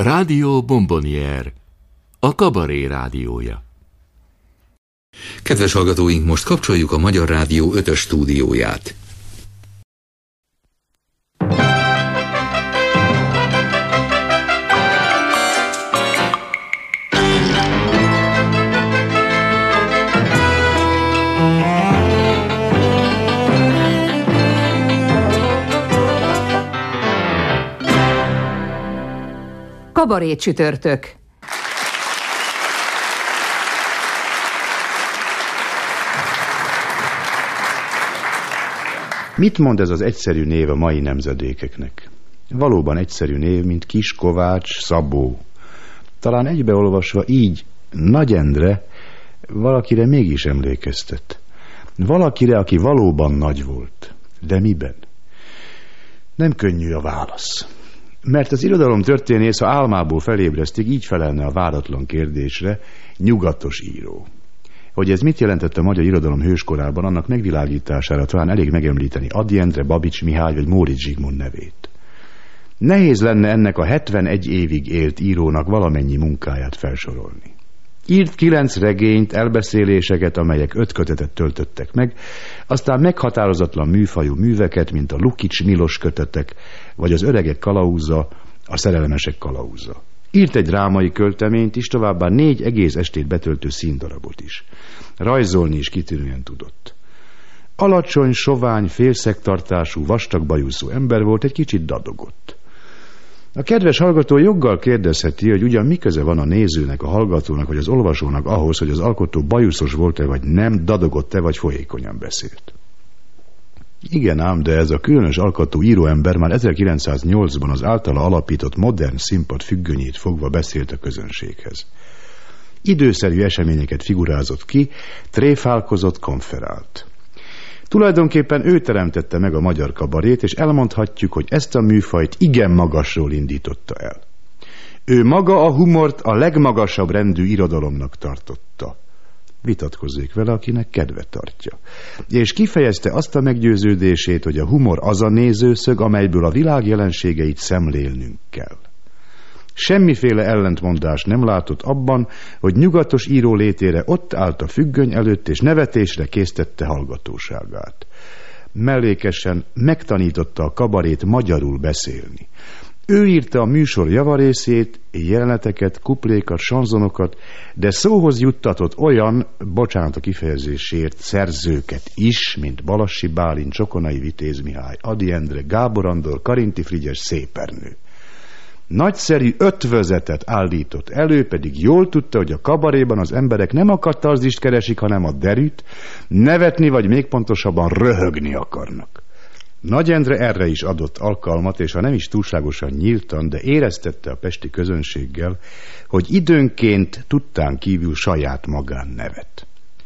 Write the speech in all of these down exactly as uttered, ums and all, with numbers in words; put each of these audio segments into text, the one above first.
Rádió Bombonier, a kabaré rádiója. Kedves hallgatóink, most kapcsoljuk a Magyar Rádió ötös stúdióját. Kabaré csütörtök. Mit mond ez az egyszerű név a mai nemzedékeknek? Valóban egyszerű név, mint Kis Kovács, Szabó. Talán egybeolvasva így Nagy Endre valakire mégis emlékeztet. Valakire, aki valóban nagy volt. De miben? Nem könnyű a válasz. Mert az irodalomtörténész, ha álmából felébresztik, így felelne a váratlan kérdésre: nyugatos író. Hogy ez mit jelentett a magyar irodalom hőskorában, annak megvilágítására talán elég megemlíteni Ady Endre, Babics Mihály vagy Móricz Zsigmond nevét. Nehéz lenne ennek a hetvenegy évig élt írónak valamennyi munkáját felsorolni. Írt kilenc regényt, elbeszéléseket, amelyek öt kötetet töltöttek meg, aztán meghatározatlan műfajú műveket, mint a Lukics Milos kötetek, vagy az Öregek kalauza, a Szerelmesek kalauza. Írt egy drámai költeményt is, továbbá négy egész estét betöltő színdarabot is. Rajzolni is kitűnően tudott. Alacsony, sovány, félszegtartású, vastag bajuszú ember volt, egy kicsit dadogott. A kedves hallgató joggal kérdezheti, hogy ugyan mi köze van a nézőnek, a hallgatónak vagy az olvasónak ahhoz, hogy az alkotó bajuszos volt-e vagy nem, dadogott-e vagy folyékonyan beszélt. Igen ám, de ez a különös alkatú íróember már ezerkilencszáznyolcban az általa alapított modern színpad függönyét fogva beszélt a közönséghez. Időszerű eseményeket figurázott ki, tréfálkozott, konferált. Tulajdonképpen ő teremtette meg a magyar kabarét, és elmondhatjuk, hogy ezt a műfajt igen magasról indította el. Ő maga a humort a legmagasabb rendű irodalomnak tartotta. Vitatkozzék vele, akinek kedve tartja. És kifejezte azt a meggyőződését, hogy a humor az a nézőszög, amelyből a világ jelenségeit szemlélnünk kell. Semmiféle ellentmondást nem látott abban, hogy nyugatos író létére ott állt a függöny előtt, és nevetésre késztette hallgatóságát. Mellékesen megtanította a kabarét magyarul beszélni. Ő írta a műsor javarészét, jeleneteket, kuplékat, sanzonokat, de szóhoz juttatott olyan, bocsánat a kifejezésért, szerzőket is, mint Balassi Bálint, Csokonai Vitéz Mihály, Ady Endre, Gábor Andor, Karinti Frigyes, Szépernő. Nagyszerű ötvözetet állított elő, pedig jól tudta, hogy a kabaréban az emberek nem a katarzist keresik, hanem a derűt, nevetni vagy még pontosabban röhögni akarnak. Nagy Endre erre is adott alkalmat, és ha nem is túlságosan nyíltan, de éreztette a pesti közönséggel, hogy időnként tudtán kívül saját magán nevet.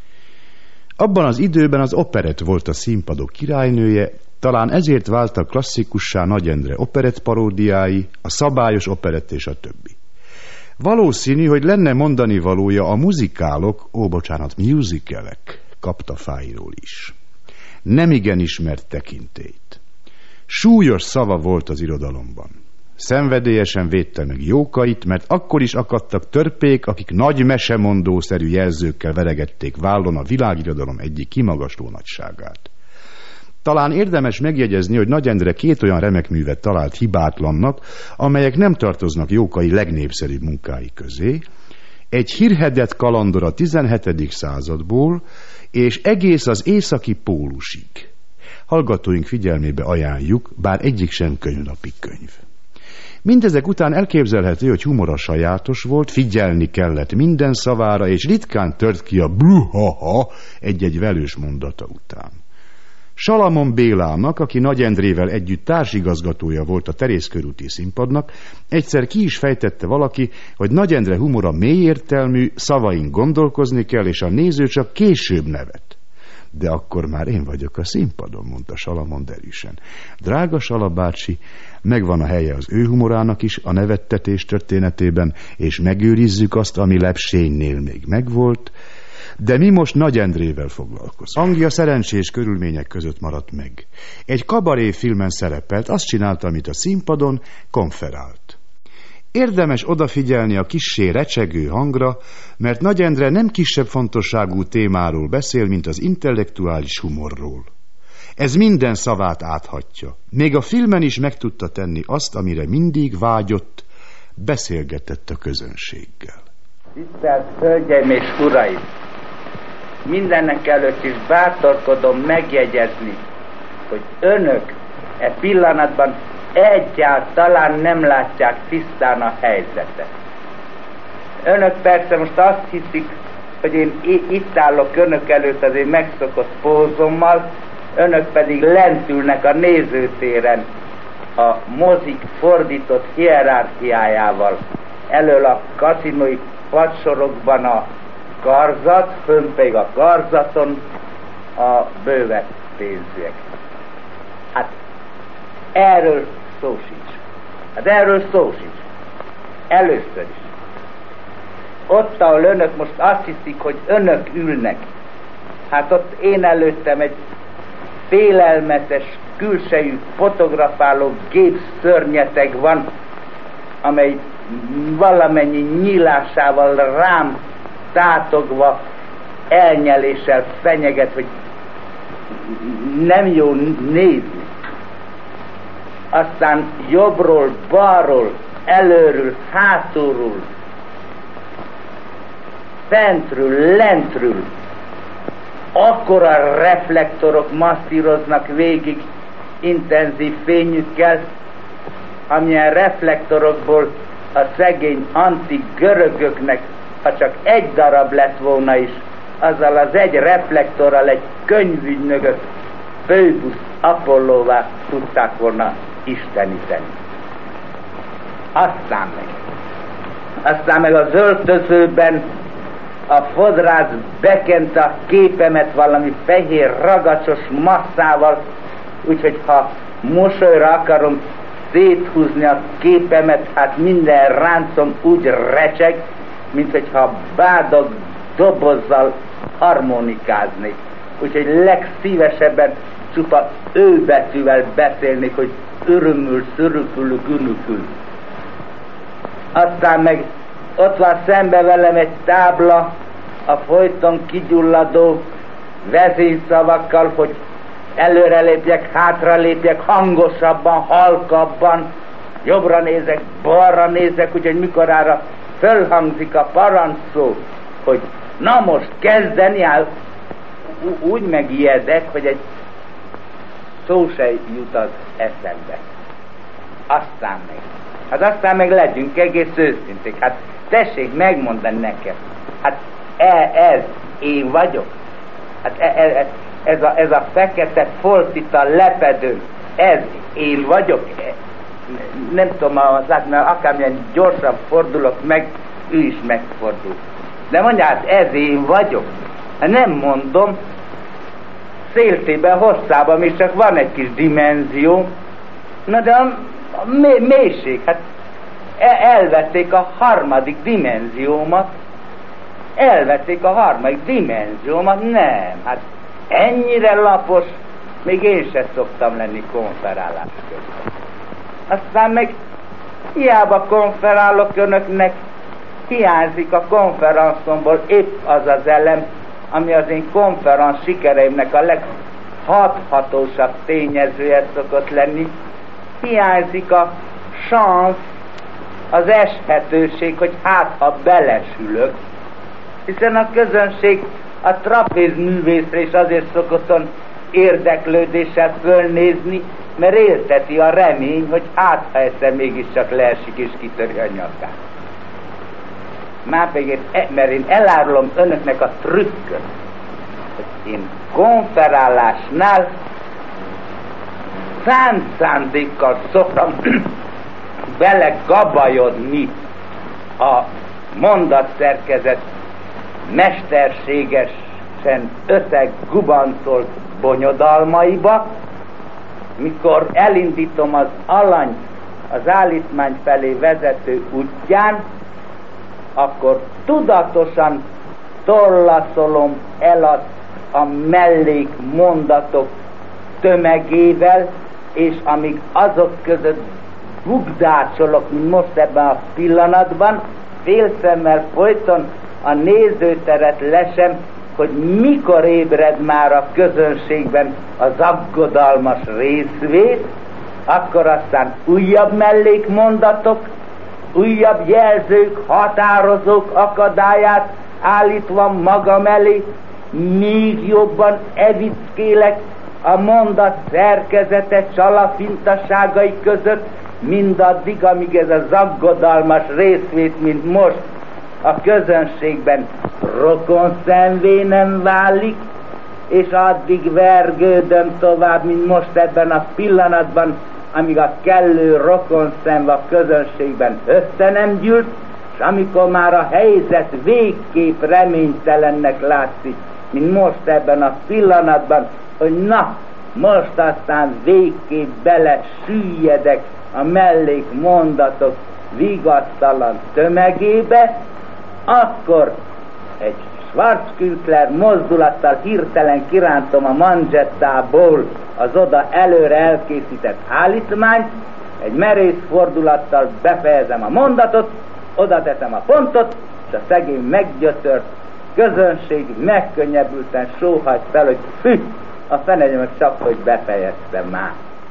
Abban az időben az operett volt a színpadok királynője, talán ezért váltak klasszikussá Nagy Endre operett paródiái, a szabályos operett és a többi. Valószínű, hogy lenne mondani valója a muzikálok, ó, bocsánat, musicalek kaptafáiról is. Nemigen ismert tekintélyt. Súlyos szava volt az irodalomban. Szenvedélyesen védte meg jókait, mert akkor is akadtak törpék, akik nagy mesemondószerű jelzőkkel veregették vállon a világirodalom egyik kimagasló nagyságát. Talán érdemes megjegyezni, hogy Nagy Endre két olyan remek művet talált hibátlannak, amelyek nem tartoznak Jókai legnépszerűbb munkái közé. Egy hírhedett kalandor a tizenhetedik századból, és egész az északi pólusig. Hallgatóink figyelmébe ajánljuk, bár egyik sem könnyűnapi könyv. Mindezek után elképzelhető, hogy humora sajátos volt, figyelni kellett minden szavára, és ritkán tört ki a bluhaha egy-egy velős mondata után. Salamon Bélának, aki Nagy Endrével együtt társigazgatója volt a Terészkörúti színpadnak, egyszer ki is fejtette valaki, hogy Nagy Endre humora mélyértelmű, szavain gondolkozni kell, és a néző csak később nevet. De akkor már én vagyok a színpadon, mondta Salamon derűsen. Drága Sala bácsi, megvan a helye az ő humorának is a nevettetés történetében, és megőrizzük azt, ami Lepsénynél még megvolt, de mi most Nagy Endrével foglalkozunk. Anglia szerencsés körülmények között maradt meg. Egy kabaré filmen szerepelt, azt csinálta, amit a színpadon, konferált. Érdemes odafigyelni a kissé recsegő hangra, mert Nagy Endre nem kisebb fontosságú témáról beszél, mint az intellektuális humorról. Ez minden szavát áthatja. Még a filmen is meg tudta tenni azt, amire mindig vágyott, beszélgetett a közönséggel. Tisztelt Hölgyeim és Uraim! Mindennek előtt is bátorkodom megjegyezni, hogy önök e pillanatban egyáltalán nem látják tisztán a helyzetet. Önök persze most azt hiszik, hogy én itt állok önök előtt az én megszokott pózommal, önök pedig lent ülnek a nézőtéren a mozik fordított hierarchiájával. Elől a kaszinói padsorokban a karzat, fönn pedig a karzaton a bővett pénzűek. Hát erről szó sincs. Hát erről szó sincs. Először is. Ott, ahol önök most azt hiszik, hogy önök ülnek, hát ott én előttem egy félelmetes, külsejű, fotografáló gépszörnyeteg van, amely valamennyi nyílásával rám tátogva, elnyeléssel fenyeget, hogy nem jó nézni. Aztán jobbról, balról, előről, hátulról, fentről, lentről akkora reflektorok masszíroznak végig intenzív fényükkel, amilyen reflektorokból a szegény antik görögöknek, ha csak egy darab lett volna is, azzal az egy reflektorral egy könyvügynököt Phoebus Apollóvá tudták volna isteníteni. Aztán meg, aztán meg az öltözőben a fodrász bekent a képemet valami fehér ragacsos masszával, úgyhogy ha mosolyra akarom széthúzni a képemet, hát minden ráncom úgy recseg, mint hogyha bádag dobozzal harmonikáznék. Úgyhogy legszívesebben csupa ő betűvel beszélnék, hogy örömül, szörökül, günükül. Aztán meg ott van szembe velem egy tábla a folyton kigyulladó vezényszavakkal, hogy előre lépjek, hátra lépjek, hangosabban, halkabban, jobbra nézek, balra nézek, úgyhogy mikorára fölhangzik a parancsszó, hogy na most kezdeni áll, úgy megijedek, hogy egy szó se jut az eszembe. Aztán meg, hát aztán meg legyünk egész őszinték, hát tessék megmondani nekem, hát e, ez én vagyok, hát e, e, ez, a, ez a fekete folt itt a lepedőn, ez én vagyok, e, nem tudom, az lát, mert akármilyen gyorsan fordulok meg, ő is megfordul. De mondja, hát ez én vagyok. Hát nem mondom, széltében, hosszában még csak van egy kis dimenzió, na de a, a mély, mélység, hát elvették a harmadik dimenziómat, elvették a harmadik dimenziómat, nem, hát ennyire lapos, még én se szoktam lenni konferálás közben. Aztán meg hiába konferálok önöknek, hiányzik a konferenszomból épp az az elem, ami az én konferenc sikereimnek a leghathatósabb tényezője szokott lenni. Hiányzik a szansz, az eshetőség, hogy hát ha belesülök, hiszen a közönség a trapézművészre is azért szokottan érdeklődéssel fölnézni, mert élteti a remény, hogy hát ha egyszer mégiscsak leesik és kitöri a nyakát. Márpedig, mert én elárulom önöknek a trükköt, hogy én konferálásnál szánt szándékkal szoktam belegabajodni a mondatszerkezet mesterségesen összeggubancolt bonyodalmaiba, mikor elindítom az alany az állítmány felé vezető útján, akkor tudatosan tollaszolom el a, a mellék mondatok tömegével, és amíg azok között bugdácsolok, mint most ebben a pillanatban, félszemmel folyton a nézőteret lesem, hogy mikor ébred már a közönségben az aggodalmas részvét, akkor aztán újabb mellékmondatok, újabb jelzők, határozók akadályát állítva magam elé, még jobban evickélek a mondat szerkezete csalafintaságai között, mindaddig, amíg ez az aggodalmas részvét, mint most a közönségben rokonszenvé nem válik, és addig vergődöm tovább, mint most ebben a pillanatban, amíg a kellő rokonszenv a közönségben össze nem gyűlt, és amikor már a helyzet végképp reménytelennek látszik, mint most ebben a pillanatban, hogy na, most aztán végképp bele süllyedek a mellékmondatok vigasztalan tömegébe, akkor egy Schwarzküchler mozdulattal hirtelen kirántom a manzsettából az oda előre elkészített állítmányt, egy merész fordulattal befejezem a mondatot, oda teszem a pontot, és a szegény meggyötört közönség megkönnyebbülten sóhajt fel, hogy fű, a fenegye meg csak, hogy befejeztem már.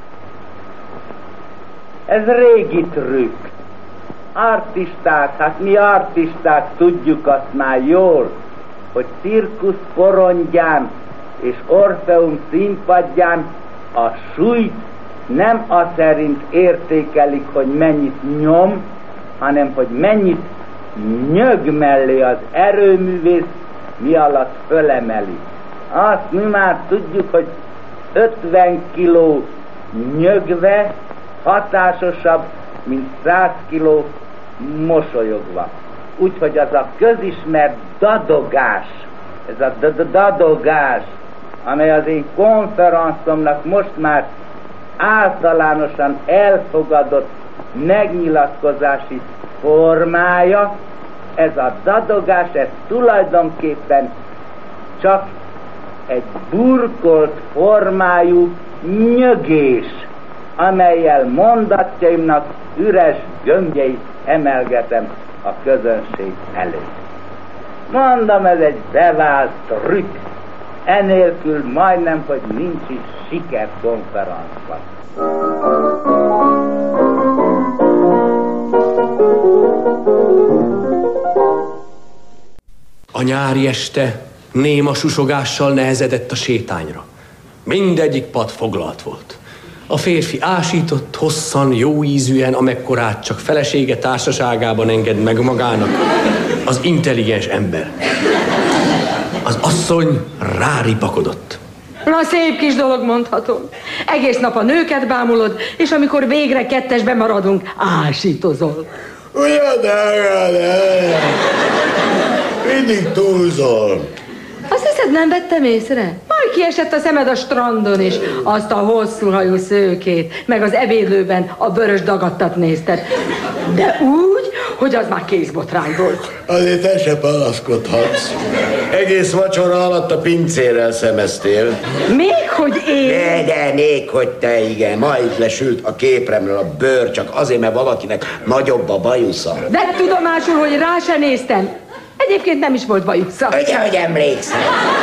Ez régi trükk. Artisták, hát mi artisták tudjuk azt már jól, hogy cirkusz porondján és Orfeum színpadján a súlyt nem az szerint értékelik, hogy mennyit nyom, hanem hogy mennyit nyög mellé az erőművész, mi alatt fölemeli. Azt mi már tudjuk, hogy ötven kiló nyögve hatásosabb, mint száz kiló mosolyogva. Úgyhogy az a közismert dadogás, ez a dadogás, amely az én konferenciámnak most már általánosan elfogadott megnyilatkozási formája, ez a dadogás, ez tulajdonképpen csak egy burkolt formájú nyögés, amellyel mondatjaimnak üres gömbjeit emelgetem a közönség elé. Mondom, ez egy bevált trükk, enélkül majdnem, hogy nincs is sikerkonferencia. A nyári este néma susogással nehezedett a sétányra. Mindegyik pad foglalt volt. A férfi ásított, hosszan, jó ízűen, amekkorát csak felesége társaságában enged meg magának az intelligens ember. Az asszony ráripakodott. Na, szép kis dolog, mondhatom. Egész nap a nőket bámulod, és amikor végre kettesben maradunk, ásítozol. Ugyan, de, de. Mindig túlzol. Azt hiszed, nem vettem észre? Majd kiesett a szemed a strandon is, azt a hosszú hajú szőkét, meg az ebédlőben a vörös dagadtat nézted. De úgy, hogy az már kézbotrány volt. Azért te se panaszkodhatsz. Egész vacsora alatt a pincérrel szemeztél. Még hogy én? De, de, még hogy te, igen. Ma itt lesült a képremről a bőr, csak azért, mert valakinek nagyobb a bajusza. De tudomásul, hogy rá se néztem. Egyébként nem is volt bajusza. Ugye, hogy emlékszem.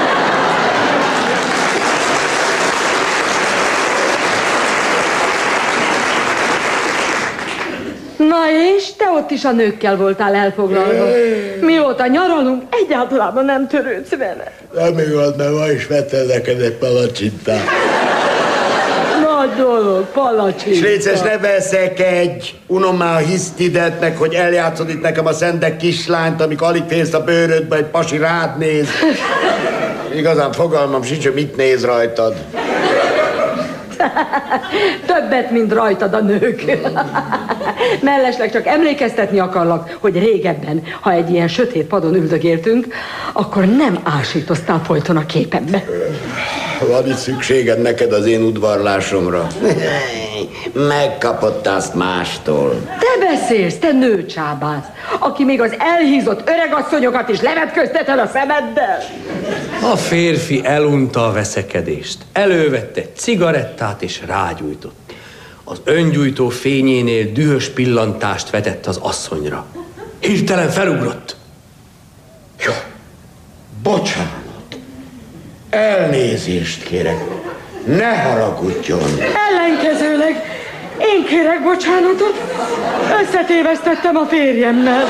Na és te ott is a nőkkel voltál elfoglalva. Mióta nyaralunk, egyáltalán nem törődsz vele. Nem igaz, mert ma is vettem neked egy palacsintát. Nagy dolog, palacsinta. És létszes, ne veszekedj! Unom már a hisztidet, meg hogy eljátszod itt nekem a szentek kislányt, amik alig félsz a bőrödbe, egy pasi rád néz. Igazán fogalmam sincs, hogy mit néz rajtad. Többet, mint rajtad a nők. Mellesleg csak emlékeztetni akarlak, hogy régebben, ha egy ilyen sötét padon üldögéltünk, akkor nem ásítoztál folyton a képembe. Van itt szükséged neked az én udvarlásomra. Megkapott azt mástól. Te beszélsz, te nőcsábász, aki még az elhízott öregasszonyokat is levetközteted a szemeddel. A férfi elunta a veszekedést. Elővette egy cigarettát és rágyújtott. Az öngyújtó fényénél dühös pillantást vetett az asszonyra. Hirtelen felugrott. Jó, bocsánat. Elnézést kérek. Ne haragudjon. Ellenkezőleg én kérek bocsánatot. Összetévesztettem a férjemmel.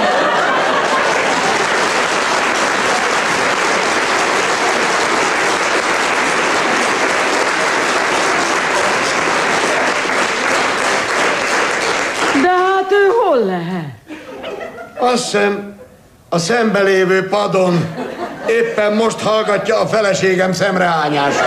De hát ő hol lehet? Azt hiszem, a szembelévő padon éppen most hallgatja a feleségem szemrehányását.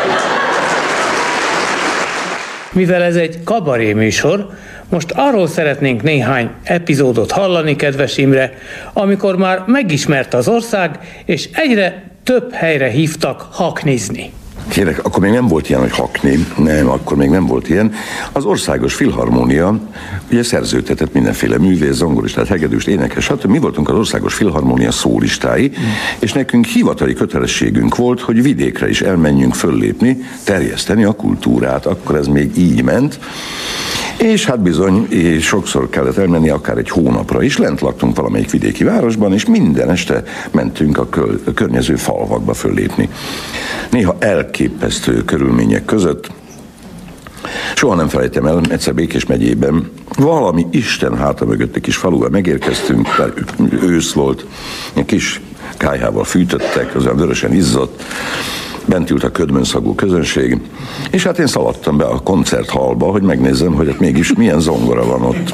Mivel ez egy kabaré műsor, most arról szeretnénk néhány epizódot hallani, kedves Imre, amikor már megismert az ország, és egyre több helyre hívtak haknizni. Kérek, akkor még nem volt ilyen, hogy hakni, nem, akkor még nem volt ilyen. Az Országos Filharmónia ugye szerződtetett mindenféle művész, zongoristát, hegedűst, énekes, stb. Mi voltunk az Országos Filharmónia szólistái, mm. és nekünk hivatali kötelességünk volt, hogy vidékre is elmenjünk föllépni, terjeszteni a kultúrát. Akkor ez még így ment. És hát bizony, és sokszor kellett elmenni, akár egy hónapra is. Lent laktunk valamelyik vidéki városban, és minden este mentünk a, kö- a környező falvakba föllépni. Néha elképesztő körülmények között. Soha nem felejtem el, egyszer Békés megyében valami Isten háta mögötti kis faluval megérkeztünk, ősz volt, egy kis kályhával fűtöttek, az olyan vörösen izzott, bent ült a ködmönszagú közönség, és hát én szaladtam be a koncerthallba, hogy megnézzem, hogy hát mégis milyen zongora van ott.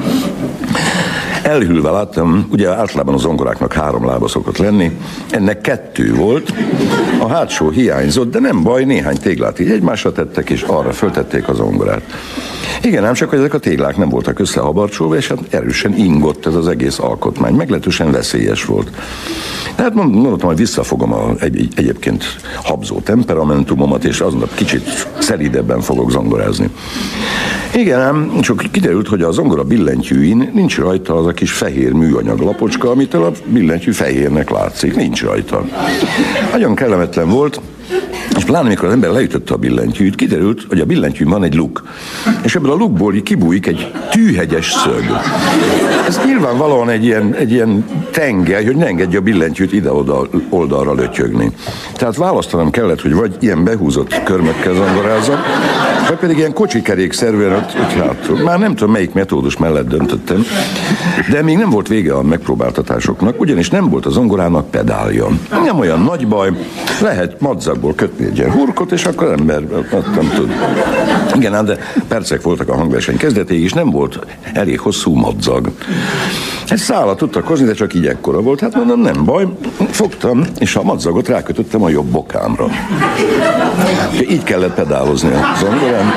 Elhűlve láttam, ugye általában a zongoráknak három lába szokott lenni, ennek kettő volt, a hátsó hiányzott, de nem baj, néhány téglát így egymásra tettek, és arra föltették a zongorát. Igen, ám csak, hogy ezek a téglák nem voltak összehabarcsolva, és hát erősen ingott ez az egész alkotmány, meglehetősen veszélyes volt. Tehát mondtam, hogy visszafogom a egy, egyébként habzó temperamentumomat, és aznap kicsit szelídebben fogok zongorázni. Igen, ám csak kiderült, hogy a zongora billentyűin nincs rajta az a kis fehér műanyag lapocska, amitől a billentyű fehérnek látszik, nincs rajta. Nagyon kellemetlen volt, és pláne amikor az ember leütötte a billentyűt, kiderült, hogy a billentyűn van egy luk. És ebből a lukból kibújik egy tűhegyes szög. Ez nyilvánvalóan egy ilyen, egy ilyen tengely, hogy ne engedje a billentyűt ide-oda oldalra lötyögni. Tehát választanom kellett, hogy vagy ilyen behúzott körmökkel zongorázzak, vagy pedig ilyen kocsikerékszerűen ott, ott hátul. Már nem tudom, melyik metódus mellett döntöttem, de még nem volt vége a megpróbáltatásoknak, ugyanis nem volt a zongorának pedálja. Nem olyan nagy baj, lehet madzagból kötni egy ilyen hurkot, és akkor ember nem tud. Igen, de percek voltak a hangverseny kezdetéig, és nem volt elég hosszú madzag. Egy szálat tudtak hozni, de csak így ekkora volt. Hát mondom, nem baj. Fogtam, és a madzagot rákötöttem a jobb bokámra. Így kellett pedálozni a zongorán.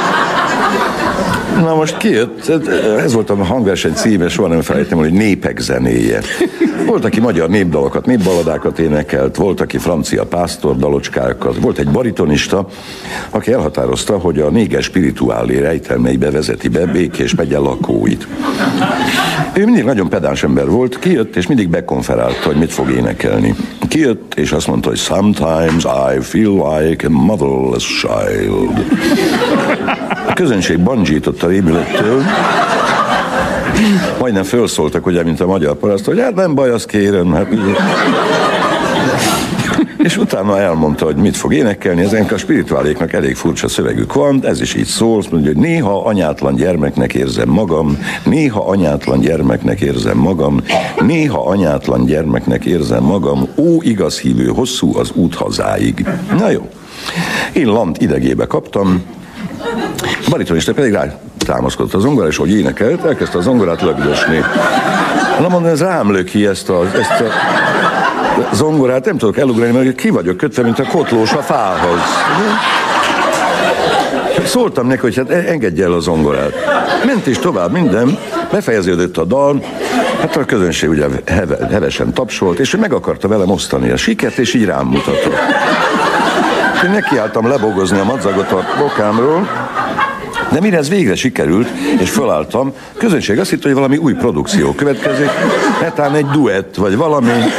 Na most kijött, ez volt a hangverseny címe, soha nem felejtem, hogy Népek zenéje. Volt, aki magyar népdalokat, népballadákat énekelt, volt, aki francia pásztor dalocskákat, volt egy baritonista, aki elhatározta, hogy a néger spirituálé rejtelmeibe vezeti be Békés megye lakóit. Ő mindig nagyon pedáns ember volt, kijött, és mindig bekonferálta, hogy mit fog énekelni. Kijött, és azt mondta, hogy sometimes I feel like a motherless child. A közönség bandzsított a rémülettől, majdnem felszóltak, ugye, mint a magyar paraszt, hogy hát nem baj, azt kérem, hát és utána elmondta, hogy mit fog énekelni. Ezen a spirituáléknak elég furcsa szövegük van, ez is így szól, azt mondja, hogy néha anyátlan gyermeknek érzem magam, néha anyátlan gyermeknek érzem magam, néha anyátlan gyermeknek érzem magam, ó, igaz hívő, hosszú az út hazáig. Na jó. Én lant idegébe kaptam, baritonista pedig rá támaszkodott a zongorá, és hogy énekelt, elkezdte a zongorát lögdösni. Na mondom, ez rám löki ezt a, ezt a zongorát, nem tudok elugrani, mert ki vagyok kötve, mint a kotlós a fához. Szóltam neki, hogy hát engedje el a zongorát. Ment is tovább minden, befejeződött a dal, hát a közönség ugye heve, hevesen tapsolt, és ő meg akarta velem osztani a siket, és így rám mutatott. Én nekiálltam lebogozni a madzagot a bokámról, de mire ez végre sikerült, és fölálltam, a közönség azt hitt, hogy valami új produkció következik, netán egy duett, vagy valami,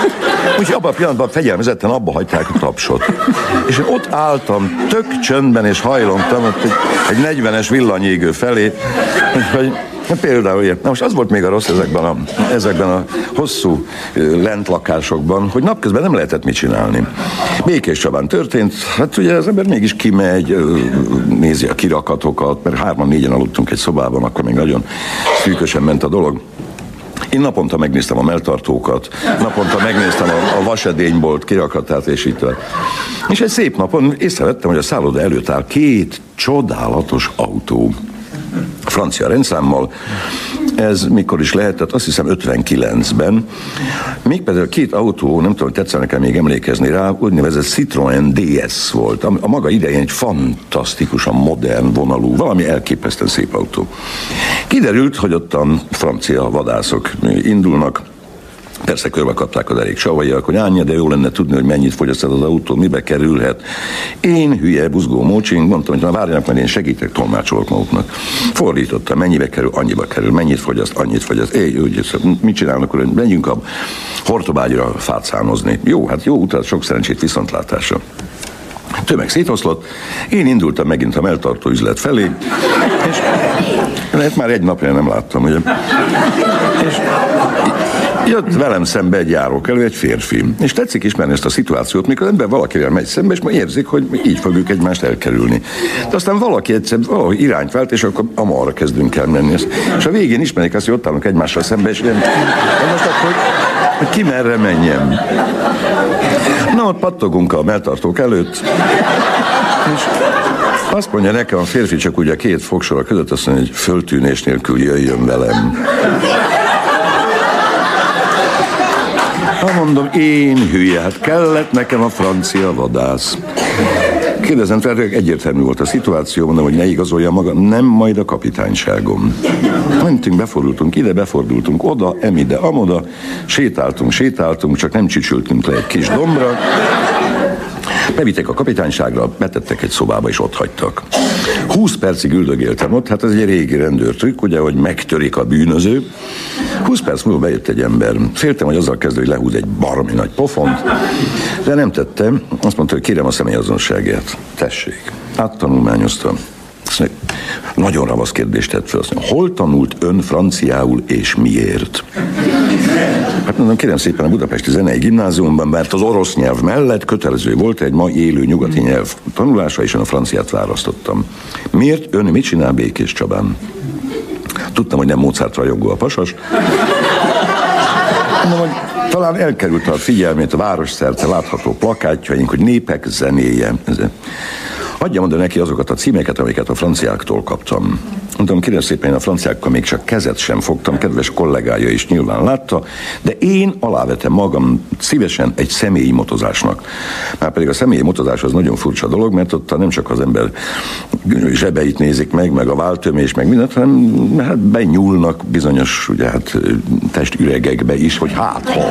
Úgyhogy abban a pillanatban fegyelmezetten abba hagyták a tapsot. És én ott álltam, tök csöndben, és hajlongtam ott egy, egy negyvenes villanyégő felé, hogy például ilyen. Na most az volt még a rossz ezekben a, ezekben a hosszú lentlakásokban, hogy napközben nem lehetett mit csinálni. Békés Csabán történt, hát ugye az ember mégis kimegy, nézi a kirakatokat, mert hárman, négyen aludtunk egy szobában, akkor még nagyon szűkösen ment a dolog. Én naponta megnéztem a melltartókat, naponta megnéztem a, a vasedénybolt kirakatát, és itt. És egy szép napon észrevettem, hogy a szálloda előtt áll két csodálatos autó. Francia rendszámmal, ez mikor is lehetett, azt hiszem ötvenkilencben, mégpedig a két autó, nem tudom, tetszel nekem még emlékezni rá, úgynevezett Citroën dé es volt, a, a maga idején egy fantasztikusan modern vonalú, valami elképesztően szép autó. Kiderült, hogy ott a francia vadászok indulnak, persze körbe kapták az elég savaiak, hogy ányja, de jó lenne tudni, hogy mennyit fogyaszt az autó, mibe kerülhet. Én, hülye, buzgó mócsing, mondtam, hogy na várjanak, mert én segítek, tolmácsolok maguknak. Fordítottam, mennyibe kerül, annyiba kerül, mennyit fogyaszt, annyit fogyaszt. Éj, úgy, mit csinálnak, hogy menjünk a Hortobágyra fát számozni. Jó, hát jó utat, sok szerencsét, viszontlátásra. Tömeg szétoszlott, én indultam megint a melltartó üzlet felé, és lehet már egy napja nem láttam, ugye. És jött velem szembe egy járókelő, egy férfi. És tetszik ismerni ezt a szituációt, mikor ember valakivel megy szembe, és ma érzik, hogy így fogjuk egymást elkerülni. De aztán valaki egyszer valahogy irányt vált, és akkor amarra kezdünk el menni. És a végén ismerik azt, hogy ott állunk egymással szembe, és ilyen, most akkor, hogy ki merre menjem. Na, ott pattogunk a melltartók előtt, és azt mondja nekem a férfi, csak ugye a két fogsora között, azt mondja, hogy föltűnés nélkül jöjjön velem. Ha mondom, én hülye, hát kellett nekem a francia vadász. Kérdezem, tehát egyértelmű volt a szituáció, mondom, hogy ne igazolja maga, nem majd a kapitányságom. Mentünk, befordultunk ide, befordultunk oda, emide, amoda, sétáltunk, sétáltunk, csak nem csücsültünk le egy kis dombra. Bevitték a kapitányságra, betettek egy szobába, és ott hagytak. Húsz percig üldögéltem ott, hát ez egy régi rendőrtrükk, ugye, hogy megtörik a bűnöző. Húsz perc múlva bejött egy ember. Féltem, hogy azzal kezdő, hogy lehúz egy baromi nagy pofont, de nem tettem. Azt mondta, hogy kérem a személyazonosságát. Tessék. Áttanulmányoztam. Nagyon ravasz kérdést tett fel. Azt mondja, hol tanult ön franciául és miért? Hát mondom, kérem szépen a Budapesti Zenei Gimnáziumban, mert az orosz nyelv mellett kötelező volt egy ma élő nyugati nyelv tanulása, és én a franciát választottam. Miért? Ön mit csinál Békés Csabán? Tudtam, hogy nem Mozart rajongó a pasas. Mondom, hogy talán elkerült a figyelmét a városszerte látható plakátjaink, hogy népek zenéje. Adja mondani neki azokat a címeket, amiket a franciáktól kaptam. Mondtam, kérem szépen, én a franciákkal még csak kezet sem fogtam, kedves kollégája is nyilván látta, de én alávetem magam szívesen egy személyi motozásnak. Márpedig a személyi motozás az nagyon furcsa dolog, mert ott nem csak az ember zsebeit nézik meg, meg a váltömés, meg mindent, hanem hát benyúlnak bizonyos ugye, hát, testüregekbe is, hogy hát ha.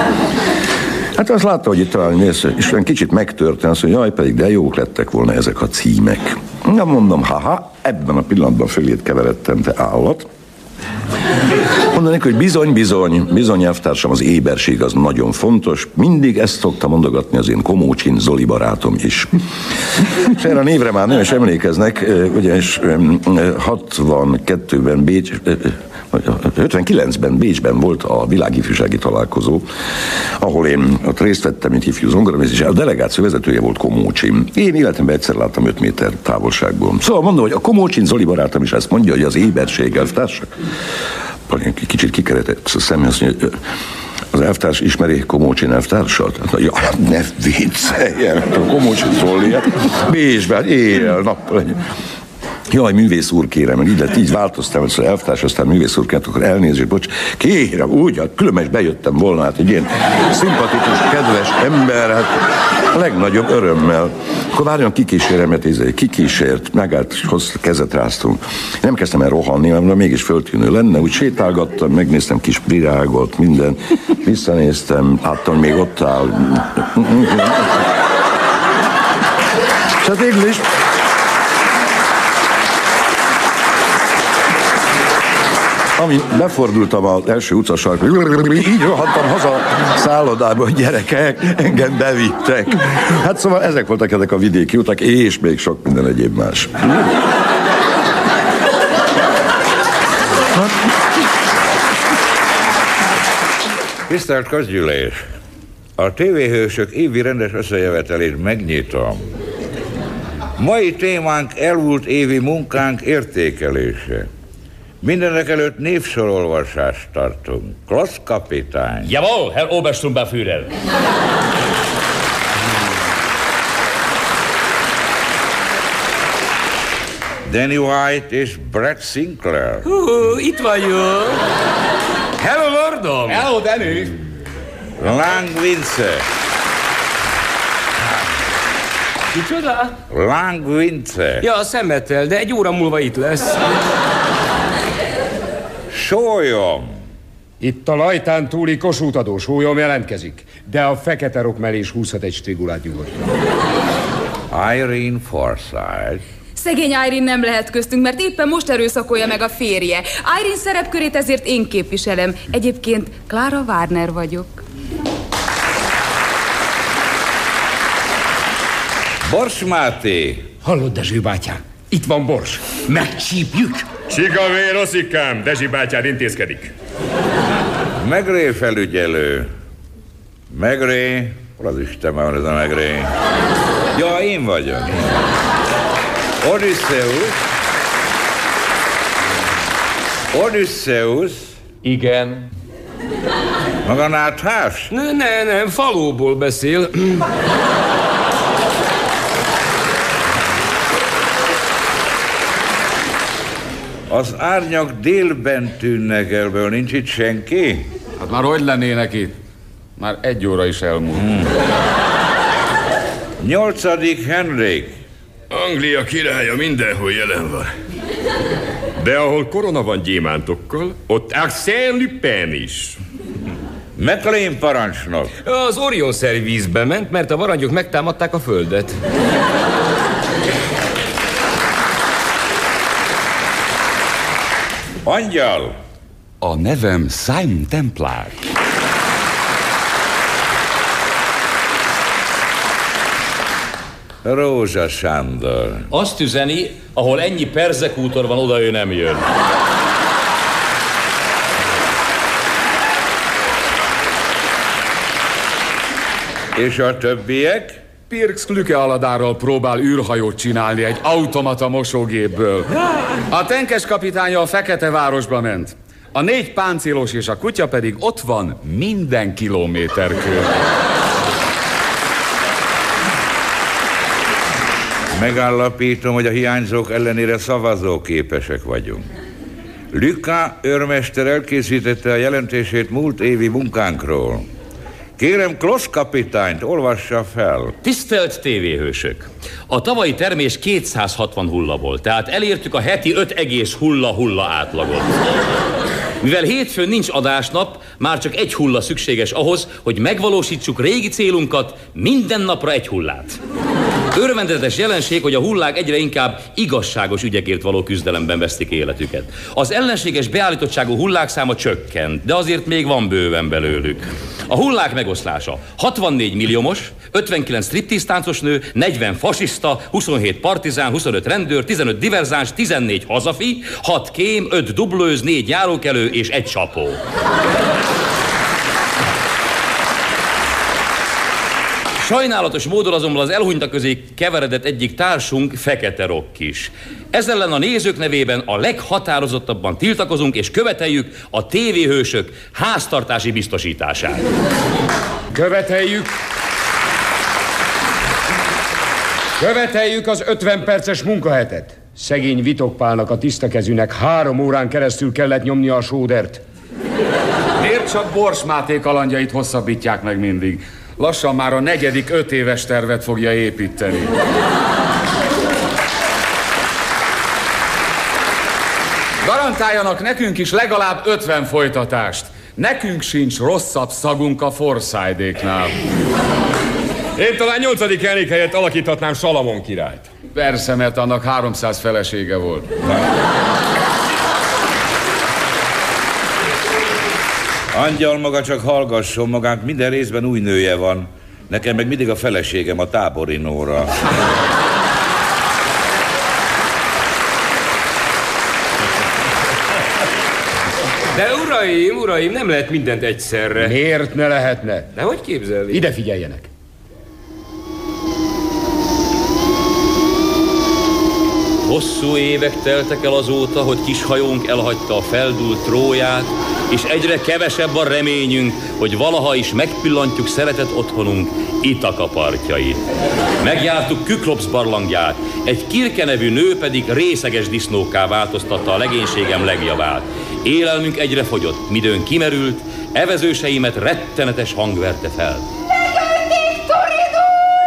Hát azt látta, hogy itt talán és olyan kicsit megtörtént, azt mondja, jaj, pedig de jók lettek volna ezek a címek. Na mondom, haha, ebben a pillanatban fölét keveredtem, te állat. Mondanék, hogy bizony, bizony, bizony, elvtársam, az éberség az nagyon fontos. Mindig ezt szokta mondogatni az én Komócsin Zoli barátom is. És erre a névre már nem is emlékeznek, ugyanis hatvankettőben Bécs... ötvenkilencben Bécsben volt a világifjúsági találkozó, ahol én ott részt vettem, mint ifjú zongoramész, és a delegáció vezetője volt Komócsin. Én életemben egyszer láttam öt méter távolságból. Szóval mondom, hogy a Komócsin Zoli barátom is ezt mondja, hogy az éberség, elvtársak. Kicsit kikeretett a személy, azt mondja, az elvtárs ismeri Komócsin elvtársat? Ja, ne vicceljen, a Komócsin Zoli, Bécsben, éjjel, nappal. Jaj, művész úr, kérem, így lett, így változtam, hogy szóval elvtárs, aztán művész úr, kérem, akkor elnézést, bocs, kérem, úgy, hát különben is bejöttem volna, hát egy ilyen szimpatikus, kedves ember, hát a legnagyobb örömmel. Akkor várjon, kikísérem, mert ez kikísért, megállt, és hosszú kezet ráztunk. Nem kezdtem el rohanni, mert mégis föltűnő lenne, úgy sétálgattam, megnéztem kis virágot, minden, visszanéztem, láttam, még ott áll. És hát végül is Amint befordultam az első utcasarkba, így rohantam haza a szállodába, hogy gyerekek, engem bevittek. Hát szóval ezek voltak ezek a vidéki utak, és még sok minden egyéb más. Tisztelt közgyűlés! A tévéhősök évi rendes összejövetelét megnyitom. Mai témánk elmúlt évi munkánk értékelése. Mindenek előtt névsorolvasást tartunk. Klossz kapitány. Jawohl, Herr Obersturmbannführer. Danny White és Brett Sinclair. Uh, itt vagyok. Hello, Lordom. Hello, Danny. Lang Vince. Micsoda? Lang Vince. Ja, a szemettel, de egy óra múlva itt lesz. Sólyom. Itt a Lajtán túli Kossuth-adó sólyom jelentkezik, de a fekete rok mellé is húzhat egy strigulát nyugodtan. Irene Forsyth. Szegény Irene nem lehet köztünk, mert éppen most erőszakolja meg a férje. Irene szerepkörét ezért én képviselem. Egyébként Clara Warner vagyok. Bors Máté. Hallod, Dezső bátyám? Itt van Bors. Megcsípjük. Csigavé, rosszikám, Dezsi bátyád intézkedik. Megré felügyelő. Megré. Hol az Isten van ez a Megré? Ja, én vagyok. Odysseus. Odysseus. Igen. Maga náthás? Ne, ne, nem, falóból beszél. Az árnyak délben tűnnek elből, nincs itt senki? Hát már hogy lennének itt? Már egy óra is elmúlt. Hmm. Nyolcadik Henrik. Anglia királya mindenhol jelen van. De ahol korona van gyémántokkal, ott Arsène Lupin is. McLean parancsnok. Az Orion szervízbe ment, mert a varangyok megtámadták a földet. Angyal. A nevem Simon Templar. Rózsa Sándor. Azt üzeni, ahol ennyi perzekútor van, oda ő nem jön. És a többiek? Pirks Klüke Aladáról próbál űrhajót csinálni egy automata mosógépből. A tenkes kapitánya a Fekete Városba ment. A négy páncélos és a kutya pedig ott van minden kilométerkül. Megállapítom, hogy a hiányzók ellenére szavazóképesek vagyunk. Luca őrmester elkészítette a jelentését múlt évi munkánkról. Kérem Klossz kapitányt, olvassa fel. Tisztelt tévéhősök! A tavalyi termés kétszázhatvan hulla volt, tehát elértük a heti öt egész hulla-hulla átlagot. Mivel hétfőn nincs adásnap, már csak egy hulla szükséges ahhoz, hogy megvalósítsuk régi célunkat, minden napra egy hullát. Örvendetes jelenség, hogy a hullák egyre inkább igazságos ügyekért való küzdelemben vesztik életüket. Az ellenséges beállítottságú hullák száma csökkent, de azért még van bőven belőlük. A hullák megoszlása: hatvannégy milliómos, ötvenkilenc striptease táncos nő, negyven fasiszta, huszonhét partizán, huszonöt rendőr, tizenöt diverzáns, tizennégy hazafi, hat kém, öt dublőz, négy járókelő és egy csapó. Sajnálatos módon azonban az elhunytak közé keveredett egyik társunk, Fekete Rock is. Ez ellen a nézők nevében a leghatározottabban tiltakozunk és követeljük a tévéhősök háztartási biztosítását. Követeljük... Követeljük az ötven perces munkahetet. Szegény Vitok Pálnak, a tisztakezűnek három órán keresztül kellett nyomnia a sódert. Miért csak Bors Máté kalandjait hosszabbítják meg mindig? Lassan már a negyedik öt éves tervet fogja építeni. Garantáljanak nekünk is legalább ötven folytatást. Nekünk sincs rosszabb szagunk a Forsythéknál. Én talán nyolcadik Henrik helyett alakíthatnám Salamon királyt. Persze, mert annak háromszáz felesége volt. Angyal maga csak hallgasson, magánk minden részben új nője van. Nekem meg mindig a feleségem, a Tábori Nóra. De uraim, uraim, nem lehet mindent egyszerre. Miért ne lehetne? De hogy képzelni? Ide figyeljenek. Hosszú évek teltek el azóta, hogy kis hajónk elhagyta a feldúlt Tróját, és egyre kevesebb a reményünk, hogy valaha is megpillantjuk szeretett otthonunk Itaka partjait. Megjártuk Küklops barlangját, egy Kirke nevű nő pedig részeges disznókká változtatta a legénységem legjavát. Élelmünk egyre fogyott, midőn kimerült, evezőseimet rettenetes hang verte fel. Megölték Toridót!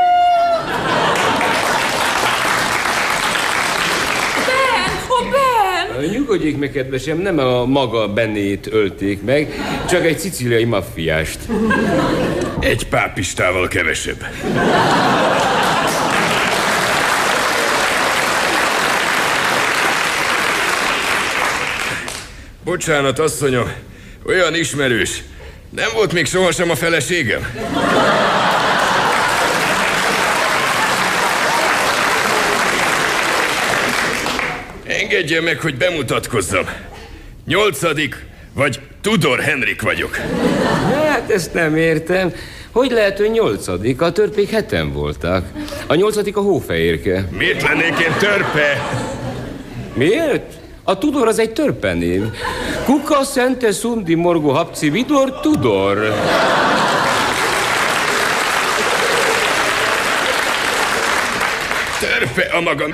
Nyugodjék meg, kedvesem, nem a maga Bennét ölték meg, csak egy szicíliai maffiást. Egy pápistával kevesebb. Bocsánat, asszonyom, olyan ismerős. Nem volt még sohasem a feleségem? Engedje meg, hogy bemutatkozzam. Nyolcadik, vagy Tudor Henrik vagyok. Hát ezt nem értem. Hogy lehet, hogy nyolcadik? A törpék heten voltak. A nyolcadik a Hófehérke. Miért lennék én törpe? Miért? A Tudor az egy törpenév. Kuka, Szente, Szundi, Morgó, Hapci, Vidor, Tudor. Törpe a magam...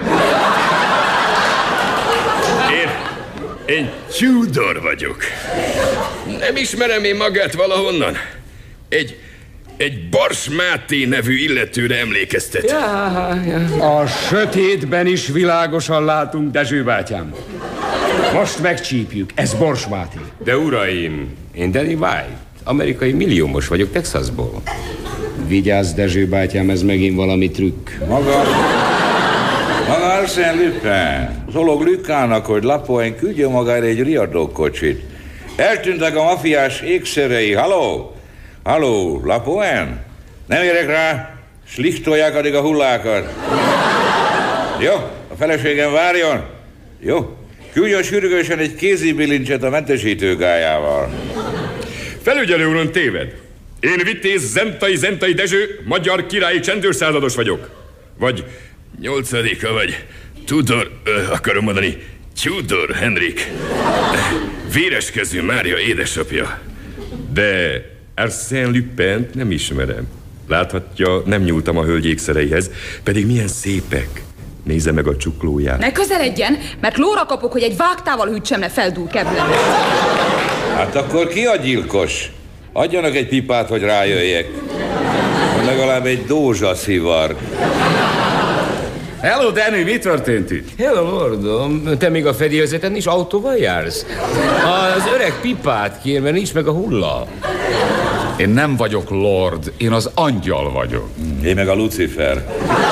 Én... Én Tudor vagyok. Nem ismerem én magát valahonnan? Egy... Egy Bars Máté nevű illetőre emlékeztet. Ja, ja. A sötétben is világosan látunk, Dezső bátyám. Most megcsípjük, ez Bors Máté. De uraim, én Danny White, amerikai milliómos vagyok Texasból. Vigyázz, Dezső bátyám, ez megint valami trükk. Maga... Maga Arsène Lupin. Zolog Lukának, hogy Lapoin küldjön magára egy riadókocsit. Eltűntek a mafiás ékszerei. Halló? Halló, Lapoin? Nem érek rá, slichtolják addig a hullákat. Jó, a feleségem várjon. Jó, küldjön sürgősen egy kézibilincset a mentesítőgájával. Felügyelő úrön téved. Én Vitéz Zentai Zentai Dezső, magyar királyi csendőrszázados vagyok. Vagy nyolcadika, vagy Tudor, ö, akarom mondani, Tudor Henrik. Véreskező Mária édesapja. De Arsène Lupint nem ismerem. Láthatja, nem nyúltam a hölgy ékszereihez, pedig milyen szépek. Nézze meg a csuklóját. Ne közeledjen, mert lóra kapok, hogy egy vágtával hűtsem le feldúl keblemet. Hát akkor ki a gyilkos? Adjanak egy pipát, hogy rájöjjek. Legalább egy dózsaszivar. Hello, Danny, mi történt itt? Hello, lordom, te még a fedélzeten is autóval jársz? Az öreg pipát kér, mert nincs meg a hulla. Én nem vagyok lord, én az angyal vagyok. Én meg a Lucifer.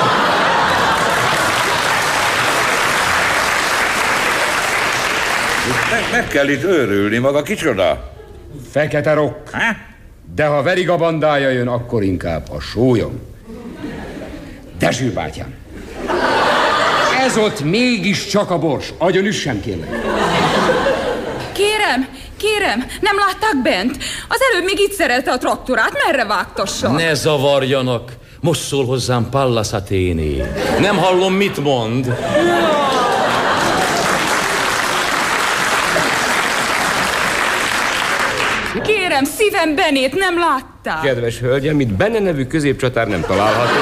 Meg, meg kell itt őrülni, maga kicsoda? Fekete rokk. Ha? De ha Veriga bandája jön, akkor inkább a sólyom. Dezső bátyám. Ez ott mégiscsak a Bors. Agyon üssem, kérlek. Kérem, kérem, nem látták bent? Az előbb még itt szerelte a traktorát, merre vágtassa? Ne zavarjanak, most szól hozzám Pallas Athéné. Nem hallom, mit mond. Kérem, szívem Benét nem látták. Kedves hölgyem, itt Benne nevű középcsatár nem található.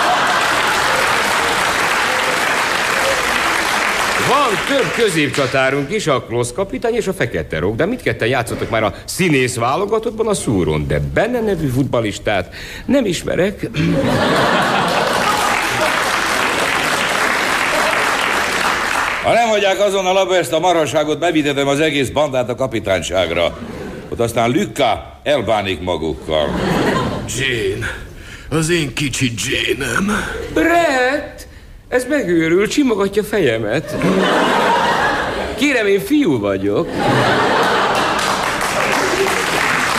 Van több középcsatárunk is, a Klosz kapitány és a Fekete Rok, de mindketten játszottak már a színész válogatottban a szúron, de Benne nevű futballistát nem ismerek. Ha nem hagyják azonnal abba ezt a marhaságot, bevitetem az egész bandát a kapitányságra. Ott aztán Luca elbánik magukkal. Jane, az én kicsi Jane-em. Brett! Ez megőrül, csimogatja fejemet. Kérem, én fiú vagyok.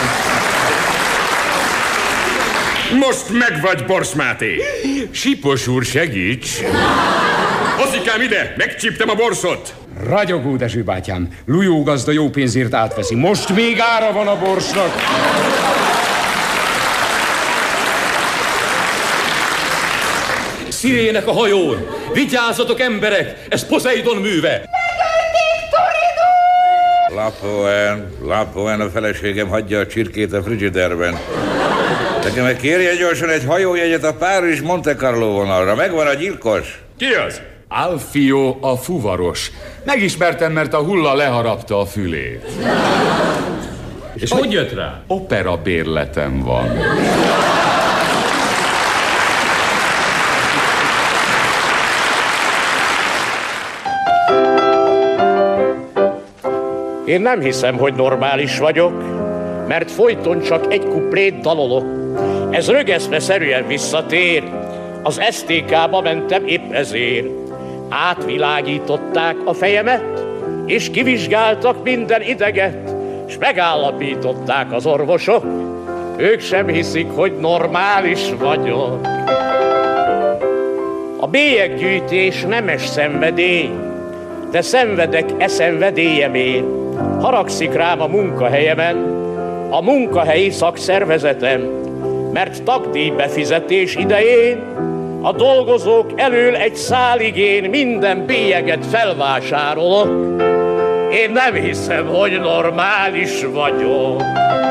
Most meg vagy, Bors Máté! Sipos úr, segíts! Hozzikám ide, megcsíptem a borsot! Ragyogó, Dezső bátyám, Lujó gazda jó pénzért átveszi. Most még ára van a borsnak. Szirének a hajón! Vigyázzatok, emberek! Ez Poseidon műve! Megölték Toridót! Lapoen, Lapoen, a feleségem hagyja a csirkét a frigiderben. Nekem meg kérje gyorsan egy hajójegyet a Párizs Monte Carlo vonalra. Megvan a gyilkos. Ki az? Alfio a fuvaros. Megismertem, mert a hulla leharapta a fülét. És hogy jött rá? Opera bérletem van. Én nem hiszem, hogy normális vagyok, mert folyton csak egy kuplét dalolok. Ez rögeszmeszerűen visszatér, az es té ká-ba mentem épp ezért. Átvilágították a fejemet, és kivizsgáltak minden ideget, és megállapították az orvosok, ők sem hiszik, hogy normális vagyok. A bélyeggyűjtés nemes szenvedély, de szenvedek e szenvedélyemért. Haragszik rám a munkahelyemen, a munkahelyi szakszervezetem, mert tagdíj befizetés idején a dolgozók elől egy szálig én minden bélyeget felvásárolok. Én nem hiszem, hogy normális vagyok.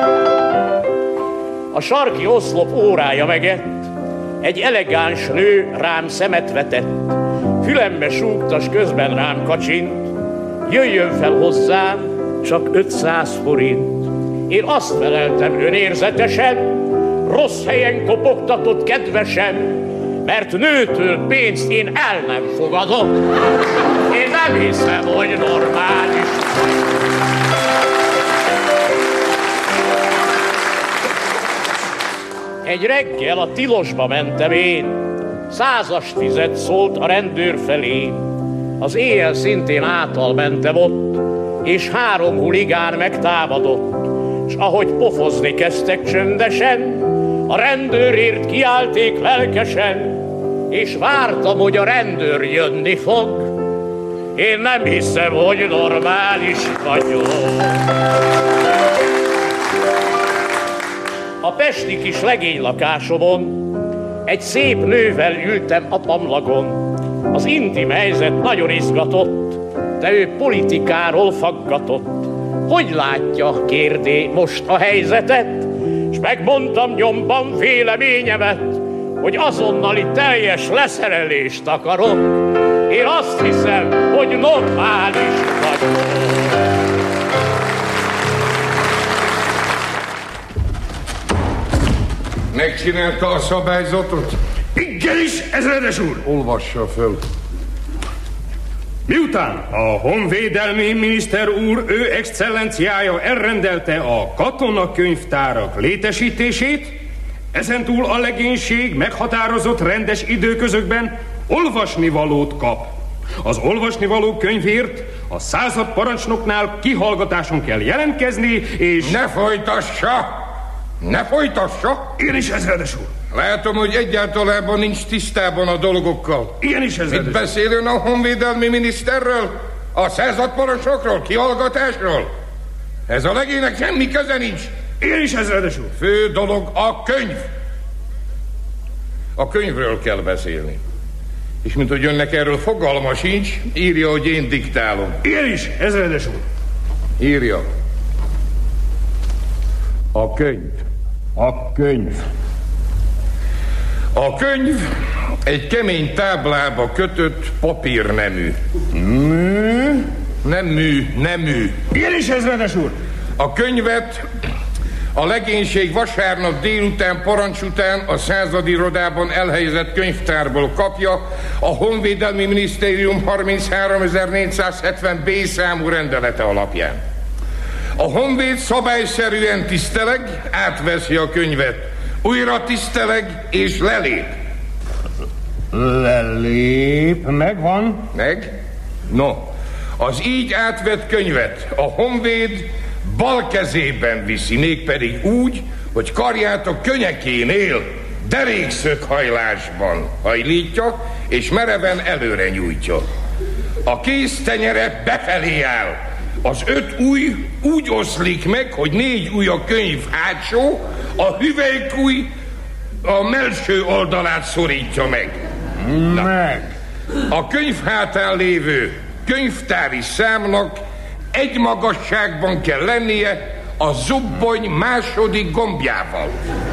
A sarki oszlop órája megett, egy elegáns nő rám szemet vetett, fülembe súgtas, közben rám kacsint, jöjjön fel hozzám, csak ötszáz forint. Én azt feleltem önérzetesen, rossz helyen kopogtatott kedvesen, mert nőtől pénzt én el nem fogadok. Én nem hiszem, hogy normális. Egy reggel a tilosba mentem én, százas fizet szólt a rendőr felé. Az éjjel szintén átal mentem ott, és három huligán megtámadott. S ahogy pofozni kezdtek csöndesen, a rendőrért kiállték lelkesen, és vártam, hogy a rendőr jönni fog. Én nem hiszem, hogy normális vagyok. A pesti kis legénylakásomon egy szép nővel ültem a pamlagon. Az intim helyzet nagyon izgatott, de ő politikáról faggatott. Hogy látja, kérdé most a helyzetet? S megmondtam nyomban véleményemet, hogy azonnali teljes leszerelést akarok. Én azt hiszem, hogy normális vagyok. Megcsinálta a szabályzatot? Igenis, ezredes úr! Olvassa föl. Miután a honvédelmi miniszter úr, ő excellenciája elrendelte a katonakönyvtárak létesítését, ezentúl a legénység meghatározott rendes időközökben olvasnivalót kap. Az olvasnivaló könyvért a század parancsnoknál kihallgatáson kell jelentkezni, és... Ne folytassa! Ne folytassa! Igenis, ezredes úr! Látom, hogy egyáltalában nincs tisztában a dolgokkal. Igenis, ezredes úr! Mit beszél ön a honvédelmi miniszterről? A századparancsnokról? Kihallgatásról? Ez a legénynek semmi köze nincs. Igenis, ezredes úr! Fő dolog a könyv. A könyvről kell beszélni. És mint hogy önnek erről fogalma sincs, írja, hogy én diktálom. Igenis, ezredes úr! Írja. A könyv. A könyv. A könyv egy kemény táblába kötött papírnemű. Mű? Nem mű, nemű. Igenis, ezredes úr! A könyvet a legénység vasárnap délután parancs után a századirodában elhelyezett könyvtárból kapja a Honvédelmi Minisztérium harmincháromezer-négyszázhetven bé számú rendelete alapján. A honvéd szabályszerűen tiszteleg, átveszi a könyvet, újra tiszteleg és lelép. Lelép, megvan? Meg? No, az így átvett könyvet a honvéd bal kezében viszi, mégpedig úgy, hogy karját a könyekén él. derékszöghajlásban hajlítja, és mereven előre nyújtja. A kéz tenyere befelé áll. Az öt ujj úgy oszlik meg, hogy négy ujj a könyv hátsó, a hüvelykujj a mellső oldalát szorítja meg. Meg. A könyv hátán lévő könyvtári számnak egy magasságban kell lennie a zubbony második gombjával.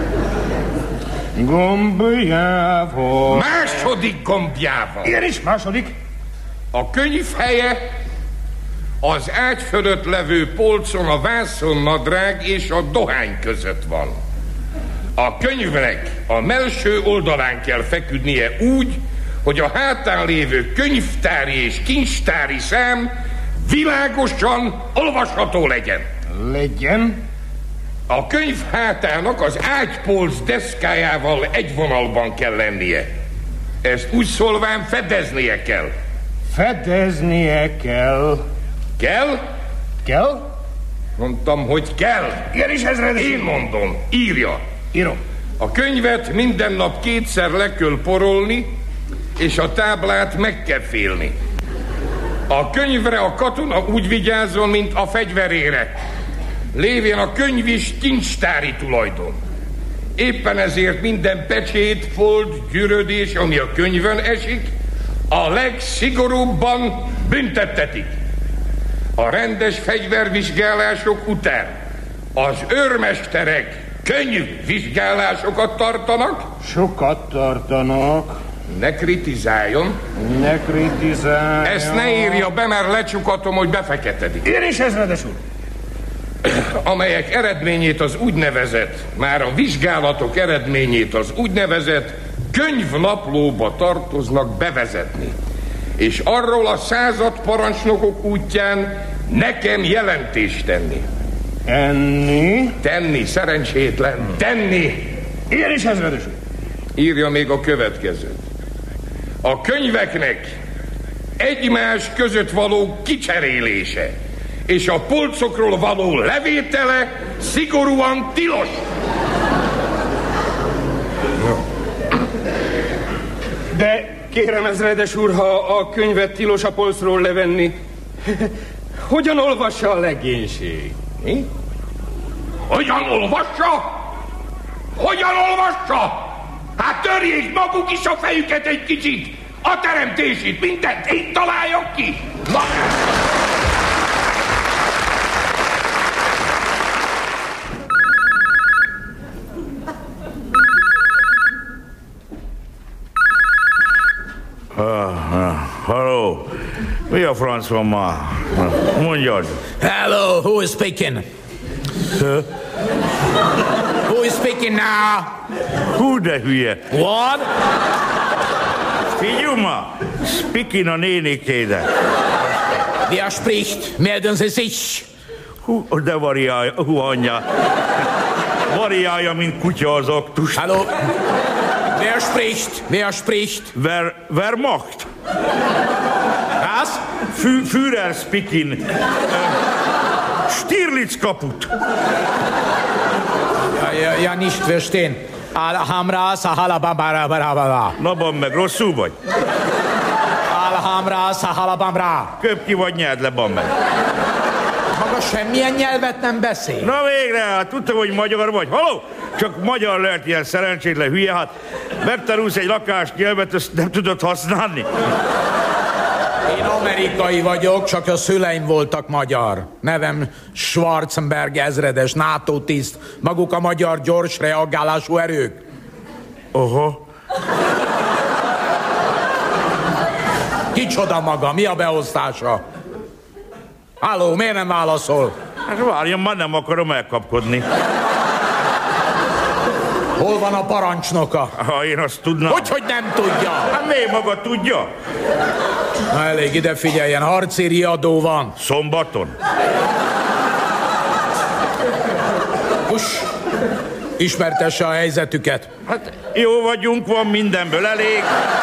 Gombjával. Második gombjával. Igen is, második. A könyv helye az ágy fölött levő polcon a vászonnadrág és a dohány között van. A könyvnek a mellső oldalán kell feküdnie úgy, hogy a hátán lévő könyvtári és kincstári szám világosan olvasható legyen. Legyen. A könyv hátának az ágypolc deszkájával egy vonalban kell lennie. Ezt úgy szólván fedeznie kell. Fedeznie kell. Kell? Kell? Mondtam, hogy kell. Igen is, ezredes. Én mondom, írja. Írom. A könyvet minden nap kétszer le kell porolni, és a táblát meg kell félni. A könyvre a katona úgy vigyázzon, mint a fegyverére. Lévén a könyv is kincstári tulajdon. Éppen ezért minden pecsét, fold, gyűrödés, ami a könyvön esik, a legszigorúbban büntettetik. A rendes fegyvervizsgálások után az őrmesterek könyvvizsgálásokat tartanak. Sokat tartanak. Ne kritizáljon. Ne kritizáljon. Ezt ne írja be, mert lecsukatom, hogy befeketedik. Én is, ezredes úr. Amelyek eredményét az úgynevezett, már a vizsgálatok eredményét az úgynevezett könyvnaplóba tartoznak bevezetni. És arról a század parancsnokok útján nekem jelentést tenni. Enni? Tenni, szerencsétlen, tenni. Én is, ezredes úr. Írja még a következőt. A könyveknek egymás között való kicserélése és a polcokról való levétele szigorúan tilos. De kérem, ezredes úr, ha a könyvet tilos a polcról levenni, hogyan olvassa a legénység? Mi? Hogyan olvassa? Hogyan olvassa? Hát törjék maguk is a fejüket egy kicsit! A teremtését, mindent én találjak ki! Na! Halló, mi a franc van ma? Mondjad. Hello, who is speaking? Huh? Who is speaking now? Hú, de hülye. What? Figyelj ma, speaking a nénikédet. Wer spricht? Melden Sie sich. Hú, de variálja, hú, anyja. Variálja, mint kutya az aktus. Hallo? Wer spricht? Wer spricht? Wer, wer macht? Was? Fü, Führer speaking. Uh, Stirlitz kaput. Ja, ja, ja, nicht verstehen. Alhamra sahala bambara barabara. Na, ban meg, rosszul vagy? Alhamra sahala bambara. Köp ki vagy, nyerd le, ban meg. Maga semmilyen nyelvet nem beszél. Na végre, hát tudtam, hogy magyar vagy. Halló? Csak magyar lehet ilyen szerencsétlen hülye, hát megtanulsz egy lakásnyelvet, ezt nem tudod használni. Én amerikai vagyok, csak a szüleim voltak magyar. Nevem Schwarzenberg ezredes, NATO tiszt, maguk a magyar gyors reagálású erők. Aha. Kicsoda maga, mi a beosztása? Halló, miért nem válaszol? Hát várjon, már nem akarom elkapkodni. Hol van a parancsnoka? Ha én azt tudnám. Hogyhogy nem tudja? Hát miért maga tudja? Na elég, ide figyeljen, harci riadó van. Szombaton. Us, ismertesse a helyzetüket. Hát jó vagyunk, van mindenből elég.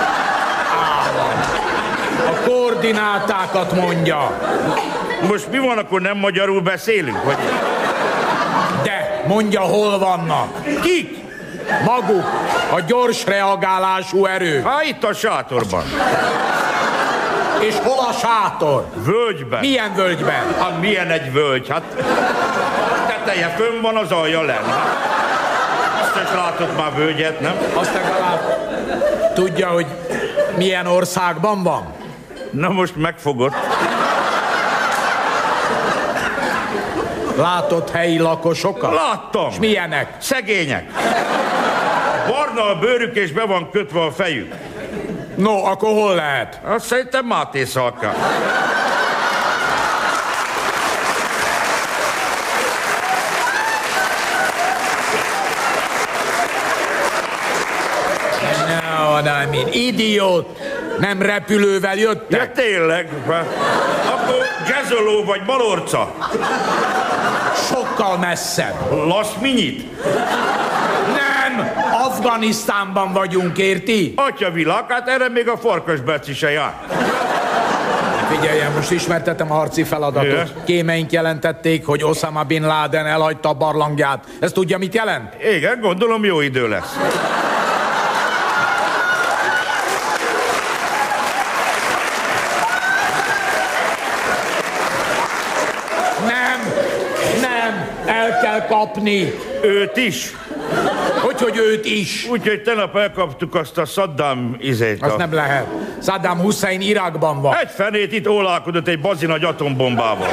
A koordinátákat mondja. Most mi van, akkor nem magyarul beszélünk? Vagy... De, mondja, hol vannak. Kik? Maguk, a gyors reagálású erő. Hát itt a sátorban. És hol a sátor? Völgyben. Milyen völgyben? Hát milyen egy völgy? Hát teteje fönn van, az alja lenn. Hát, azt is látott már völgyet, nem? Azt legalább tudja, hogy milyen országban van? Na most megfogott. Látott helyi lakosokat? Láttam. És milyenek? Szegények. Barna a bőrük és be van kötve a fejük. No, akkor hol lehet? Azt szerintem Máté Szalka. No, I mean, idiót! Nem repülővel jöttek? Ja, tényleg. Akkor Jazzoló vagy Balorca? Sokkal messzebb. Lasz Minyit? Nem! Afganisztánban vagyunk, érti? Atya világ, hát erre még a Farkasberci se jár. Figyeljen, most ismertetem a harci feladatot. Jö. Kémeink jelentették, hogy Osama Bin Laden elhagyta a barlangját. Ez tudja, mit jelent? Igen, gondolom jó idő lesz. Nem! Nem! El kell kapni! Őt is? Hogyhogy őt is? Úgyhogy tegnap elkaptuk azt a Saddam izét. Azt nem lehet. Saddam Hussein Irakban van. Egy fenét itt ólálkodott egy bazi nagy atombombával.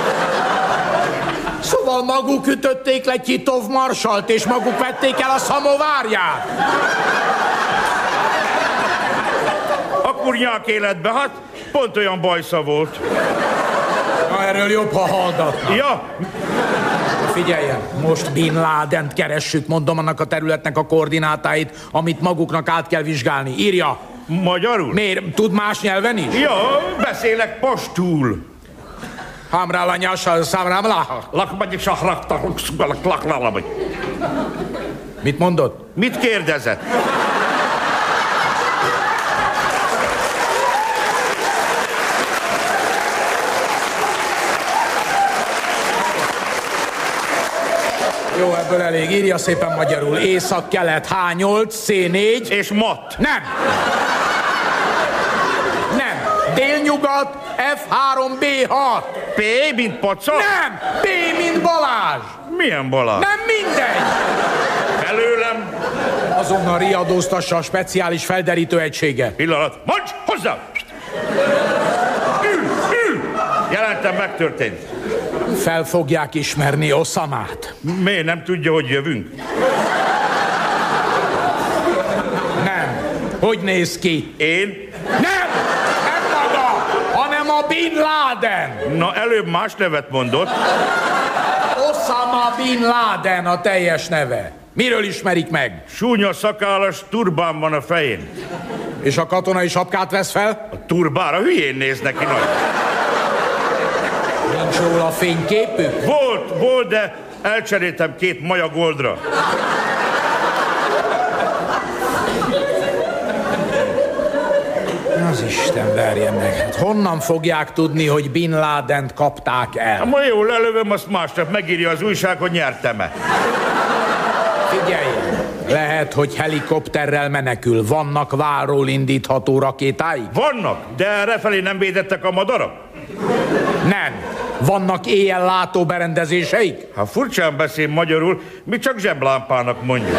Szóval maguk ütötték le Titov marsalt, és maguk vették el a szamovárját. A kurnyák életbe, hát pont olyan bajsza volt. Na, erről jobb, ha hallgatnak. Ja. Figyeljen, most Bin Ladent keressük, mondom annak a területnek a koordinátáit, amit maguknak át kell vizsgálni. Írja. Magyarul? Miért? Tud más nyelven is? Ja, beszélek pastul. Hamrala nyasa, számrámla. Lakmagyi sahrakta, laklalabai. Mit mondott? Mit kérdezett? Jó, ebből elég. Írja szépen magyarul. Észak-kelet há nyolc, cé négy. És mat. Nem. Nem. Délnyugat ef három bé hat. P, mint paca? Nem. B, mint Balázs. Milyen Balázs? Nem mindegy. Belőlem. Azonnal riadóztassa a speciális felderítő egysége. Pillanat. Mondj hozzá! Ül, ül! Jelentem, megtörtént. Fel fogják ismerni Osamát. Miért nem tudja, hogy jövünk? Nem. Hogy néz ki? Én? Nem! Nem maga, hanem a Bin Laden. Na, előbb más nevet mondott. Osama Bin Laden a teljes neve. Miről ismerik meg? Súnya szakállas turbán van a fején. És a katonai sapkát vesz fel? A turbára hülyén néz neki nagy. Nincs róla fényképük? Volt, volt, de elcseréltem két maja goldra. Az Isten verje meg. Hát honnan fogják tudni, hogy Bin Ladent kapták el? Ha ma jól lelövöm, azt másnap megírja az újság, hogy nyertem-e. Figyelj! Lehet, hogy helikopterrel menekül. Vannak válról indítható rakétái? Vannak, de errefelé nem védettek a madarak? Nem. Vannak éjjel látó berendezéseik? Ha furcsán beszél magyarul, mi csak zseblámpának mondjuk.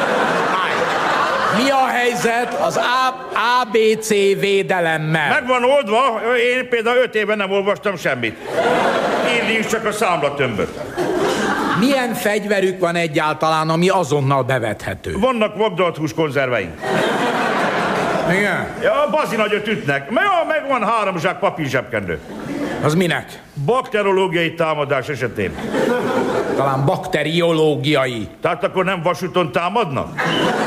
Mi a helyzet az á bé cé védelemmel? Meg van oldva, én például öt éve nem olvastam semmit. Írni is csak a számlatömböt. Milyen fegyverük van egyáltalán, ami azonnal bevethető? Vannak vagdolt húskonzerveink. Igen? Ja, bazi nagyot ütnek. Ja, meg van három zsák papír zsebkendő. Az minek? Bakteriológiai támadás esetén. Talán bakteriológiai. Tehát akkor nem vasúton támadnak?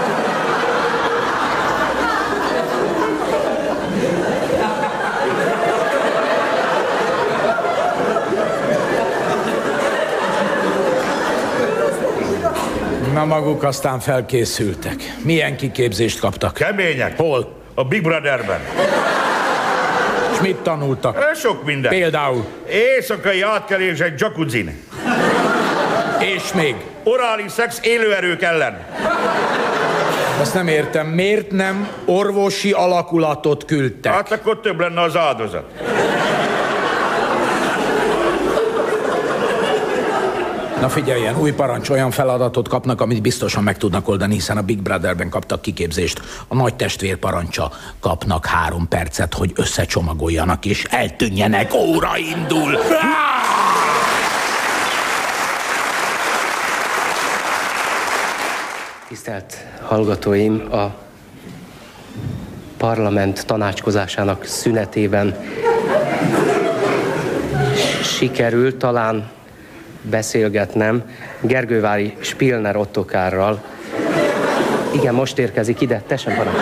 Na maguk aztán felkészültek. Milyen kiképzést kaptak? Kemények. Hol? A Big Brotherben. És mit tanultak? E, sok minden. Például? Éjszakai átkelés egy jacuzzin. És még? Orális szex élőerők ellen. Ezt nem értem. Miért nem orvosi alakulatot küldtek? Hát akkor több lenne az áldozat. Na figyeljen, új parancs, olyan feladatot kapnak, amit biztosan meg tudnak oldani, hiszen a Big Brotherben kaptak kiképzést. A nagy testvér parancsa, kapnak három percet, hogy összecsomagoljanak és eltűnjenek. Óra indul! Tisztelt hallgatóim, a parlament tanácskozásának szünetében sikerült talán beszélgetnem Gergővári Spilner Ottokárral. Igen, most érkezik ide, tessen parancs.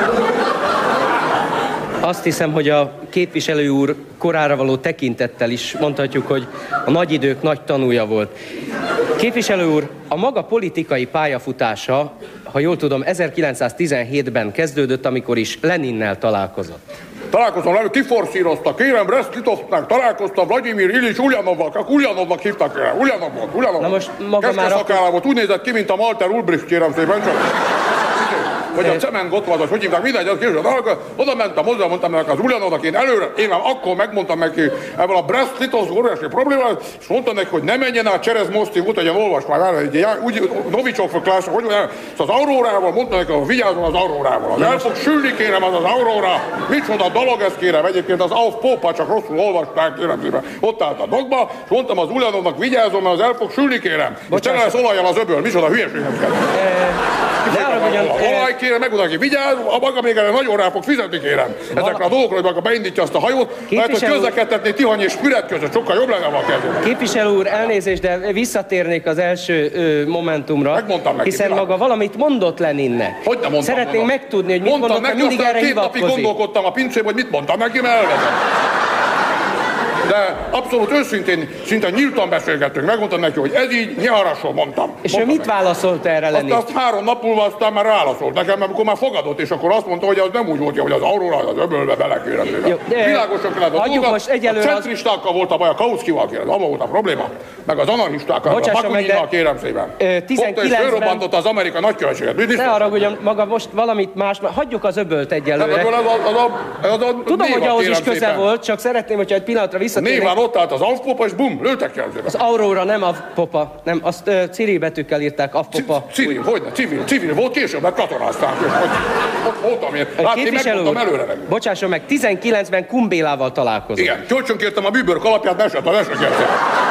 Azt hiszem, hogy a képviselő úr korára való tekintettel is mondhatjuk, hogy a nagy idők nagy tanúja volt. Képviselő úr, a maga politikai pályafutása, ha jól tudom, ezerkilencszáztizenhétben kezdődött, amikor is Leninnel találkozott. Találkoztam velük, kiforszírozta, kérem, Brest-Litovnál találkoztam Vladimir Ilyics Ulyanovval, Ulyanovnak hívtak kérem, Ulyanov volt, Ulyanov. Na most maga már akkor... volt, úgy nézett ki, mint a Walter Ulbricht, kérem szépen, csak... Vagy a cement gotthard, hogy hívták, mindegy, az később. Oda mentem hozzá, mondtam neki az Ulyanovnak, én előre, én már akkor megmondtam neki ebből a Brest-Litovsk óriási problémát, és mondtam neki, hogy ne menjen át Cserez-Mosztig út, hogy olvasd már, úgy Novicsok Klász, hogy az Aurórával, mondtam neki, hogy vigyázzon az Aurórával. Az el fog sülni, kérem, az az Aurora. Micsoda dolog ez, kérem, egyébként az Auf Popa, csak rosszul olvasták, kérem szépen. Ott állt a dogba, és mondtam az Ulyanovnak, vigyázzon, mert az el fog sülni, kérem. És tele lesz olajjal az öböl, micsoda hülyeségem kell. Olaj, kérem, megmondom neki, vigyázz, a maga még erre nagyon rá fog fizetni, kérem. Ezekre a dolgokra, hogy maga beindítja azt a hajót, lehet, hogy közlekedtetni Tihany és Füred között, sokkal jobb lenne a kezdőben. Képviselő úr, elnézést, de visszatérnék az első ö, momentumra. Megmondtam neki. Hiszen maga valamit mondott Leninnek. Hogy nem mondtam? Szeretnénk maga. megtudni, hogy mit mondtam mondott, neki, mindig erre két hivatkozik. napig gondolkodtam a pincében, hogy mit mondtam neki, mert elvezem. De abszolút őszintén, szinte nyíltan beszélgettünk. Megmondtam neki, hogy ez így, nyarasról mondtam. És ő mit válaszolt erre, Lenin? Azt, azt három nap múlva aztán már válaszolt nekem, amikor már fogadott, és akkor azt mondta, hogy az nem úgy volt, hogy az Aurora az öbölbe belekérem. Világosan kellett a dolga. Most egyelőre a centristákkal volt a baj, a Kautskyval kérem, abban volt a probléma. Meg az anarchistákkal, a Bakunyinnal kérem szépen. Fogta és fölrobbantotta az Amerikai nagykövetséget. Ne haragudjon, maga most valamit más, hagyjuk az öbölt egyelőre. Tudom, hogy ahhoz is köze volt, csak szeretném, hogyha egy pillanatra visszatérnék. Néván ott állt az Avpopa, és bum, lőttek el. Az Aurora nem Avpopa, nem, azt uh, civil betűkkel írták, Avpopa. Civil, hogyne, civil, civil volt, később meg katonázták. Ott voltam én. Hát én megmondtam előre nekünk. Bocsásson meg, tizenkilencben Kumbélával találkozott. Igen, kölcsön kértem a bűbőr kalapját, mesett a veseket.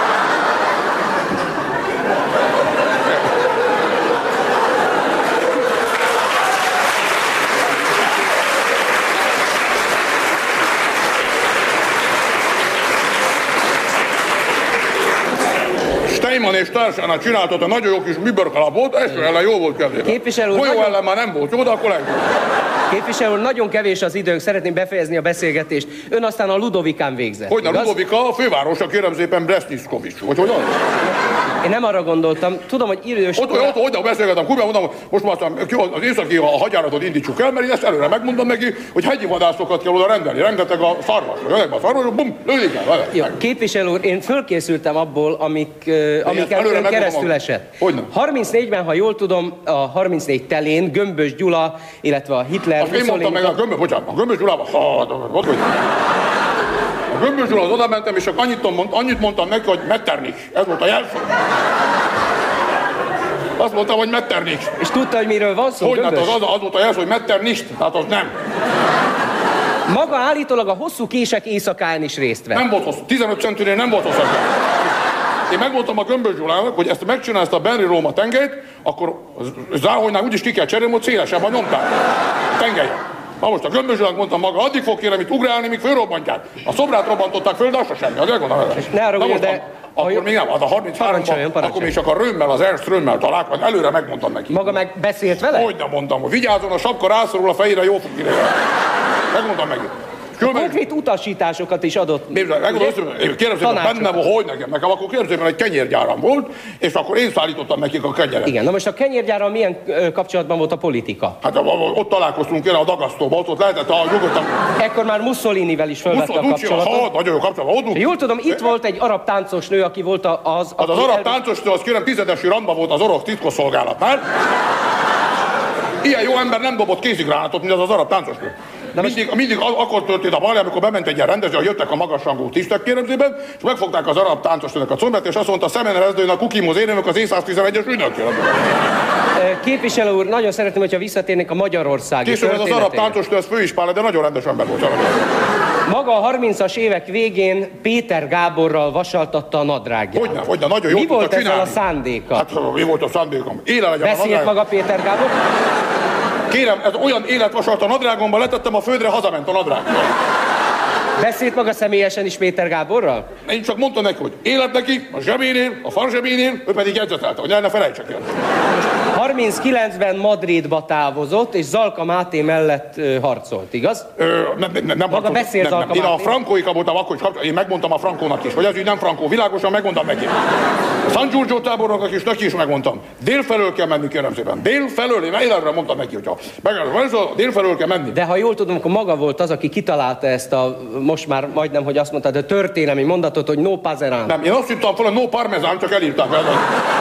Steinman és társánál csináltott a nagyon jó kis bűbörkalapot, eső ellen jó volt kezdében. Képviselő úr, Golyó nagyon... ellen már nem volt jó, de akkor legjobb. Képviselő úr, nagyon kevés az időnk, szeretném befejezni a beszélgetést. Ön aztán a Ludovikán végzett. Hogyne, Ludovika, a fővárosa, kérem szépen, Brest-Litovsk, vagy hogy az? Én nem arra gondoltam, tudom, hogy idős... Ott, ott, ott, ott beszélgetem, Kubán mondom, most már az északi a hadjáratot indítsuk el, mert én ezt előre megmondom neki, hogy hegyi vadászokat kell oda rendelni, rengeteg a szarvas, jönnek a szarvas, bum, lődik el. Jó, képviselő úr, én fölkészültem abból, amik, uh, amiket ön keresztül esett. Hogyne? harmincnégyben, ha jól tudom, a harmincnégy telén Gömbös Gyula, illetve a Hitler... Azt én mondtam meg a Gömbös, bocsánat, a Gömbös Gyulában, ott vagy. A Gömbös Gyula, az oda mentem, és csak annyit, mond, annyit mondtam neki, hogy Metternich. Ez volt a jelszó. Azt mondtam, hogy Metternich. És tudta, hogy miről van szó? Hogy, hát az, az, az volt a jelszó, hogy Metternich, tehát az nem. Maga állítólag a hosszú kések éjszakán is részt vett. Nem volt hosszú, tizenöt centinél nem volt hosszú. Én megmondtam a Gömbös Gyulának, hogy ezt megcsinálja ezt a Benri-Róma tengelyt, akkor Záhonynál úgyis ki kell cserélni, hogy szélesebb a nyomtál. Tengely. Na most a Gömbös Gyulának mondtam maga, addig fog kérem itt ugrálni, míg fölrobbantják. A szobrát robbantották föl, de az se semmi, az megmondom el. Ne arra, ugye, de... Akkor jó... még nem, az a harminchárom, akkor még csak a Römmel, az Ernst Römmel találkozott, előre megmondtam neki. Maga meg beszélt vele? Hogy nem mondtam, hogy vigyázzon, a sapka rászorul a fejére, jó fog kirélni. Megmondtam neki. Konkrét utasításokat is adott. Megmondom, kérem szépen, benne van, hogy nekem, nekem akkor kérem szépen, egy kenyérgyáram volt, és akkor én szállítottam nekik a kenyeret. Igen, na most a kenyérgyárral milyen ö, kapcsolatban volt a politika? Hát ott találkoztunk én a dagasztóban, ott lehetett a nyugodtan. Ekkor már Mussolinivel is fölvette a kapcsolatot. Ha, nagyon jó kapcsolatban voltunk. Jól tudom, itt volt egy arab táncos nő, aki volt az... Hát az arab táncos nő, az kérem tizedesi randban volt az orosz titkosszolgálatnál. Ilyen jó ember nem dobott kézigránátot, mint az az arab táncos nő. Mindig, mindig akkor történt a baj, amikor bement egy ilyen rendező, hogy jöttek a magasrangú tisztek kéremzében, és megfogták az arab táncosnőnek a combját, és azt mondta, szemen rezdőjön a kukimóz érőnök az é száztizenegyes ügynök. Képviselő úr, nagyon szeretném, hogyha visszatérnék a magyarországi Később ez az arab táncosnő, ez főispán, de nagyon rendes ember volt. Maga a harmincas évek végén Péter Gáborral vasaltatta a nadrágját. Hogyne, hogyne, nagyon jó Mi volt ezzel csinálni. a szándéka? Hát mi volt a szándékom? Éle legyen Beszélt a nadrág. maga Péter Gábor? Kérem, ez olyan életvasalt a nadrágomba, letettem a földre, hazament a nadrág. Beszélt maga személyesen is Péter Gáborral? Én csak mondtam neki, hogy élet neki, a zsebénél, a farzsebénél, ő pedig jegyzetelte, hogy ne felejtsek el. harminckilencben Madridba távozott, és Zalka Máté mellett ö, harcolt, igaz? Ö, nem, nem, nem, Maga beszél nem, Zalka nem. Én a Máté? frankóika voltam akkor is, kapcsolatban. Én megmondtam a frankónak is, hogy ez így nem frankó, világosan megmondtam neki. A San Giorgio tábornoknak is, neki is megmondtam. Délfelől kell menni, kérem szépen. Délfelől, én életre mondtam neki, hogyha meg délfelől kell menni. De ha jól tudom, akkor maga volt az, aki kitalálta ezt a, most már majdnem, hogy azt mondtad, a történelmi mondatot, hogy no pazerán. Nem, én azt hittem volna, no parmezán, csak elírták el.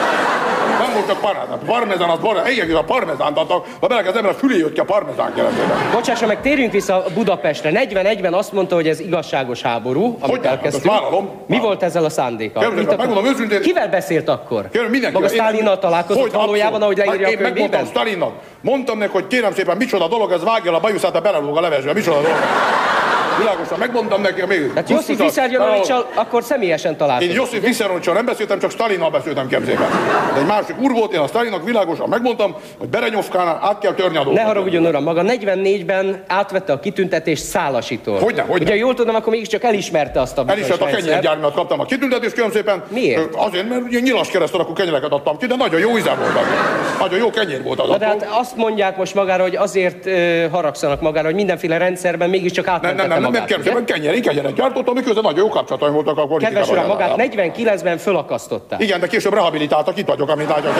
Nem volt csak parmezán. Parmezán az borra, egyezik a parmezánt adtak, ha belekezd ember a fülé jött ki a parmezán keretében. Bocsássa meg, térjünk vissza Budapestre. negyvenegyben azt mondta, hogy ez igazságos háború, amit Hogyne? elkezdtünk. Hát azt vállalom. Mi volt ezzel a szándéka? Kérem, Mit szépen, akar- megmondom őszintén. Kivel beszélt akkor? Kérem, mindenki. Maga Sztálinnal találkozott valójában, ahogy leírja a Én megmondtam könyvében? Sztálinnak. Mondtam neki, hogy kérem szépen, micsoda dolog, ez vágja a bajuszát, a belelóg a levesbe. Micsoda dolog. Világosan, megmondtam neki még. Hát Josif Vissarionovicsal akkor személyesen Én találkozott. Josif Vissarionovicsal nem beszéltem, csak Stalinnal beszéltem képzében. De egy másik úr volt, én a Stalinnak világosan megmondtam, hogy Berenyovkánál át kell törni a dolgot. Ne haragudjon, uram, maga negyvennégyben átvette a kitüntetést Szálasitól. Hogyne, hogyne. Ugye jól tudom, akkor mégiscsak elismerte azt a bizonyos Elismert a rendszert. kenyérgyár miatt kaptam a kitüntetést, kérem szépen. Miért? Azért, mert ugye nyilas keresztül akkor kenyereket adtam ki, de nagyon jó íze volt az. Nagyon jó kenyér volt az. Na de hát azt mondják most magára, hogy azért ö, haragszanak magára, hogy mindenféle rendszerben mégiscsak Nem, átmentette nem, nem, nem, magát. kérem szépen, kenyér, én kenyeret gyártottam, miközben nagyon jó kapcsolataim voltak a politikával. Kedves uram, magát negyvenkilencben fölakasztották. Igen, de később rehabilitáltak, itt vagyok, amit látják.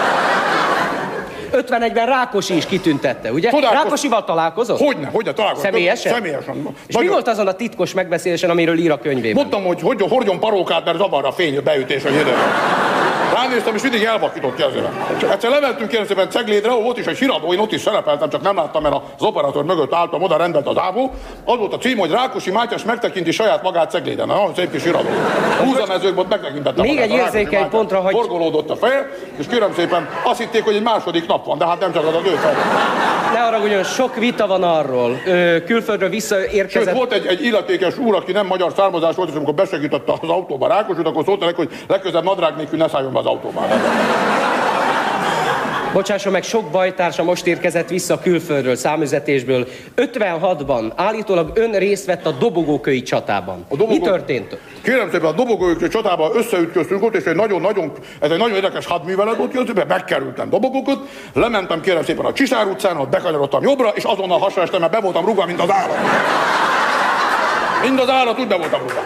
ötvenegyben Rákosi is kitüntette, ugye? Csodálkoz- Rákosival találkozott? Hogyne, hogyne találkoztam. Személyesen? Személyesen. És mi volt azon a titkos megbeszélésen, amiről ír a könyvében? Mondtam, hogy hogy hordjon parókát, mert zavarra a fény, beütés, hogy ide. Ránéztem, és mindig elvakított kezével. Egyszer lementünk kérem szépen Ceglédre, ahol volt is egy híradó, én ott is szerepeltem, csak nem láttam, mert az operatőr mögött álltam, oda rendelt az ávó. Az volt a cím, hogy Rákosi Mátyás megtekinti saját magát Cegléden. Nagyon szép kis híradó. Húzamezőkben ott megtekintette Még magát. egy A Rákosi érzékeny Mátyás. pontra, hogy- Forgolódott a feje, és kérem szépen azt hitték, hogy egy második nap van, de hát nem csak az az ő fej. Ne haragudjon, sok vita van arról. Ö, külföldről visszaérkezett. Sőt, volt egy, egy illetékes úr, aki nem magyar származás volt, és amikor besegítette az autóba Rákosit, akkor szólta neki, hogy legközelebb nadrág nélkül ne szálljon be az autóba. Bocsásson meg, sok bajtársa most érkezett vissza külföldről, számüzetésből. ötvenhatban állítólag ön részt vett a Dobogókői csatában. A Dobogó- Mi történt? Kérem szépen, a Dobogókői csatában összeütköztünk ott, és egy nagyon-nagyon, ez egy nagyon érdekes hadművelet volt, jött, megkerültem Dobogóköt, lementem kérem szépen a Csisár utcán, ott bekanyarodtam jobbra, és azonnal hasra estem, mert be voltam rúgva, mint az állat. Mind az állat, úgy be voltam rúgva.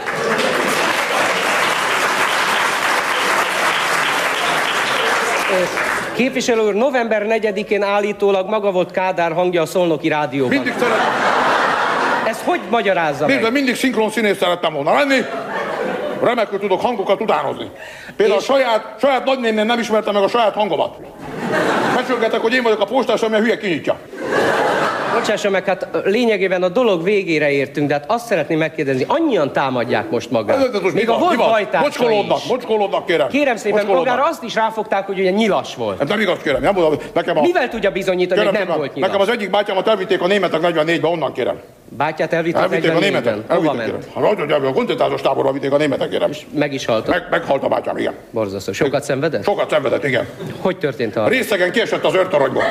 Képviselő úr, november negyedikén állítólag maga volt Kádár hangja a Szolnoki Rádióban. Mindig szeretem. Ez hogy magyarázza Nézd, meg? mindig szinkron színész szerettem volna lenni. Remekül tudok hangokat utánozni. Például a saját, saját nagynéném nem ismertem meg a saját hangomat. Mesélgetek, hogy én vagyok a postás, ami a hülye kinyitja. Bocsássa meg, hát lényegében a dolog végére értünk, de hát azt szeretném megkérdezni, annyian támadják most magát. Ez- ez most mi Még a van? Mi volt van? bajtársai Mocskolódnak, is. mocskolódnak, kérem. Kérem szépen, Mocskolódnak. magára azt is ráfogták, hogy ugye nyilas volt. Ez nem igaz, kérem. Nem mondom, nekem a... Mivel tudja bizonyítani, hogy Kérem nem szépen, volt nyilas? nekem az egyik bátyámat elvitték a németek negyvennégyben, onnan kérem. Bátyát elvitték Elvitték a németek. negyvennégyben. Hova Elvitték, ment? kérem. Hát, hogy a koncentrálós táborba vitték a németek, kérem. Meg is haltott. Meg, meghalt a bátyám, igen. Borzasztó. Sokat szenvedett? Sokat szenvedett, igen. Hogy történt A arra? részegen kiesett az őrtoronyból.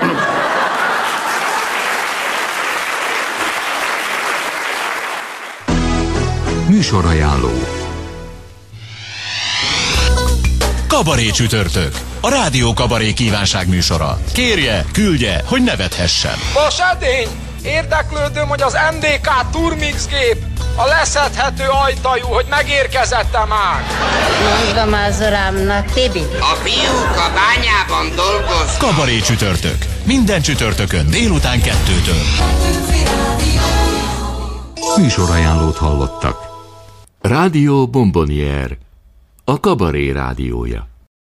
Műsorajánló. Kabaré csütörtök. A Rádió Kabaré kívánság műsora. Kérje, küldje, hogy nevethessen. Vasadény! Érdeklődöm, hogy az em dé ká Turmix gép, a leszedhető ajtajú, hogy megérkezette már. Mondom az uramnak, Tibi. A fiúk a bányában dolgoznak. Kabaré csütörtök. Minden csütörtökön délután kettőtől. Műsorajánlót hallottak. Rádió Bombonier, a kabaré rádiója.